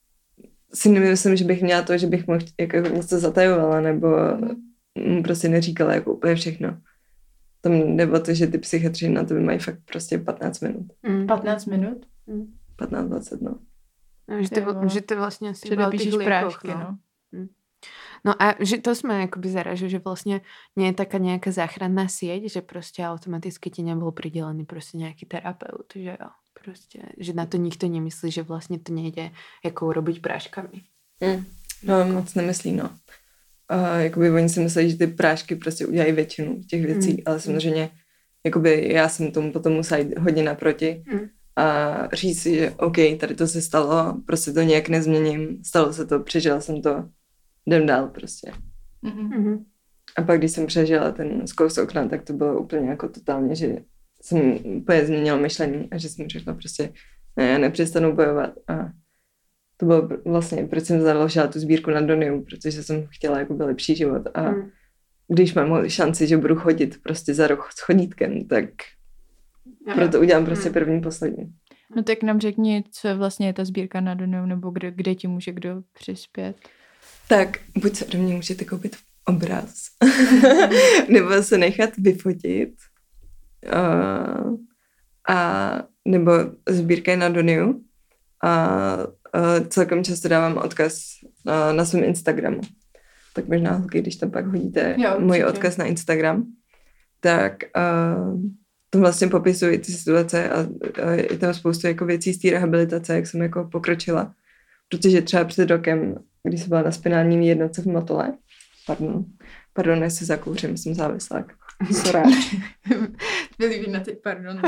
si nemyslím, že bych měla to, že bych mohl jako něco zatajovala, nebo mu prostě neříkala jako úplně všechno. Tam nebo to, že ty psychiatři na to mají fakt prostě patnáct minut. Mm. patnáct minut? Mm. patnáct dvacet, no. no že, ty, že ty vlastně asi že dopíšeš prášky, no. no. Mm. No a že to sme akoby zaražili, že vlastne nie je taká nejaká záchranná sieť, že proste automaticky ti nebol pridelený proste nejaký terapeut, že jo, proste, že na to nikto nemyslí, že vlastne to nejde jako urobiť práškami. Mm. No moc nemyslí, no. Uh, jakoby oni si mysleli, že ty prášky prostě udělají většinu těch věcí, mm. ale samozřejmě jakoby já jsem tomu potom musela jít hodně naproti mm. a říct si, že OK, tady to se stalo, prostě to nějak nezměním, stalo se to, přežila jsem to, jdem dál prostě. Mm-hmm. A pak, když jsem přežila ten skok z okna, tak to bylo úplně jako totálně, že jsem úplně změnila myšlení a že jsem řekla prostě, ne, já nepřestanu bojovat. A to bylo vlastně, proč jsem založila tu sbírku na Doniu, protože jsem chtěla jakoby lepší život. A mm. když mám šanci, že budu chodit prostě za rok s chodítkem, tak ja. proto udělám prostě mm. první, poslední. No tak nám řekni, co je vlastně ta sbírka na Doniu, nebo kde, kde ti může kdo přispět. Tak buď se do mě můžete koupit obraz, nebo se nechat vyfotit, uh, a nebo sbírka je na Doniu a uh, celkem často dávám odkaz uh, na svém Instagramu. Tak možná holky, když tam pak hodíte jo, můj odkaz na Instagram, tak uh, to vlastně popisuji ty situace a uh, je tam spoustu jako věcí z té rehabilitace, jak jsem jako pokročila. Protože třeba před rokem, když jsem byla na spinálním jednotce v Motole, pardon, pardon, jestli zakouřím, jsem závislák. Sorry. Byli na teď, pardon.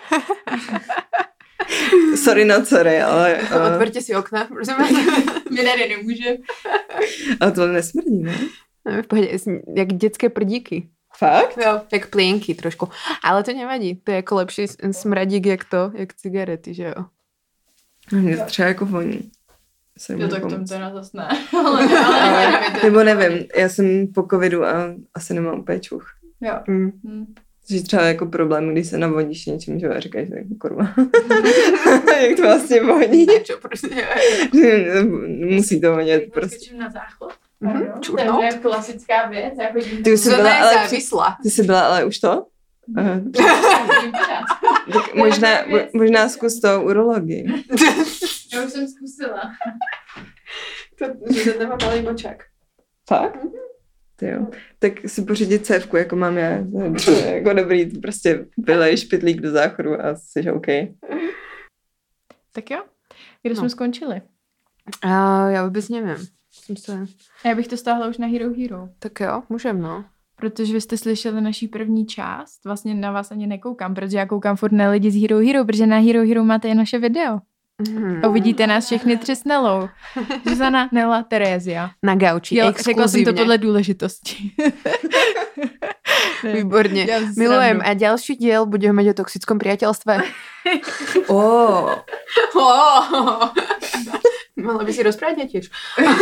Sorry, no sorry, ale... Uh... Otvrťte si okna, prosím. My tady nemůžeme. Ale to nesmrdí, ne? No, v pohodě, jak dětské prdíky. Fakt? Jo, jak plienky trošku. Ale to nevadí, to je jako lepší smradík, jak to, jak cigarety, že jo? Mě to třeba jako voní. Jo, tak tomu teda zase ne. ale, ale, nebo nevím, já jsem po covidu a asi nemám úplně čuch. Jo. Mm. Mm. Že třeba jako problém, když se navoníš něčím, že jo, říkáš, tak kurva. Jak to vlastně voní. Čo, prostě. Musí to vonět. Prostě. Skočím na záchod. Mm-hmm. To je klasická věc. Ty jsi byla, ale ty jsi byla ale už to? Aha. Tak možná, možná zkus to urologii. Já už jsem zkusila. To, že to nemá malý močák. Fakt? Ty jo. Tak si pořídit cévku, jako mám já. To je jako dobrý, prostě vylej špitlík do záchodu a jsi OK. Tak jo. Kde no. jsme skončili? A já vůbec nevím. Se... Já bych to stáhla už na Hero Hero. Tak jo, můžem, no. Protože vy jste slyšeli naší první část. Vlastně na vás ani nekoukám, protože já koukám furt na lidi z Hero Hero, protože na Hero Hero máte i naše video. Mm. A uvidíte nás všechny tři s Nelou. Zuzana, Nela, Terézia. Na gauči, jo, řekla jsem to podle důležitosti. Výborně. Milujem. A další díl budeme mít o toxickom priateľstve. Oh. oh. Mala by si rozprávať tiež.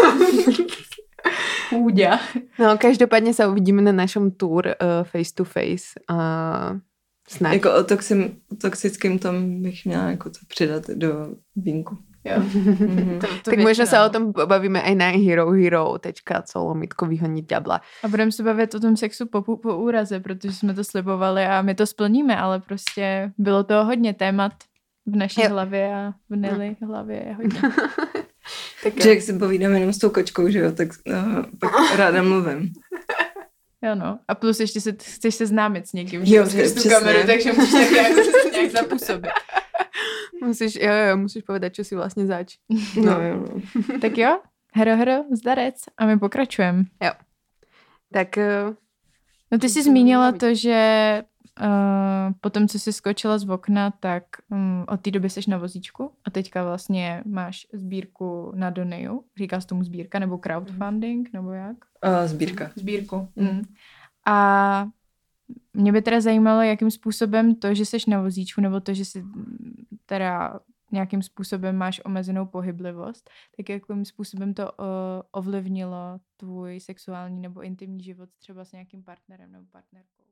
Půďa. No, každopádně se uvidíme na našem tour uh, face to face. Uh, snad. Jako o, toxim, o toxickém tom bych měla jako to přidat do vínku. Jo. Mm-hmm. to, to tak možná se o tom bavíme aj na hero hero tečka co lomitko vyhonit ďabla. A budeme se bavit o tom sexu po, po úraze, protože jsme to slibovali a my to splníme, ale prostě bylo toho hodně témat v naší jo. hlavě a v Nelly no. hlavě je hodně. Tak že jak si povídáme jenom s tou kočkou, že jo, tak uh, pak ráda mluvím. Jo no. A plus ještě se, chceš se známit s někým, jo, že jo, tu kameru, takže musíš tak nějak, nějak zapůsobit. Musíš, jo, jo, musíš povedat, co si vlastně zač. No, jo, no. Tak jo, hero, hero, zdarec a my pokračujeme. Jo. Tak... Uh, no ty jsi zmínila to, že uh, potom, co jsi skočila z okna, tak um, od té doby jsi na vozíčku a teďka vlastně máš sbírku na Doneju. Říká se tomu sbírka nebo crowdfunding, nebo jak? Uh, sbírka. Sbírku. Mm. A mě by teda zajímalo, jakým způsobem to, že jsi na vozíčku, nebo to, že jsi teda nějakým způsobem máš omezenou pohyblivost, tak jakým způsobem to uh, ovlivnilo tvůj sexuální nebo intimní život třeba s nějakým partnerem nebo partnerkou?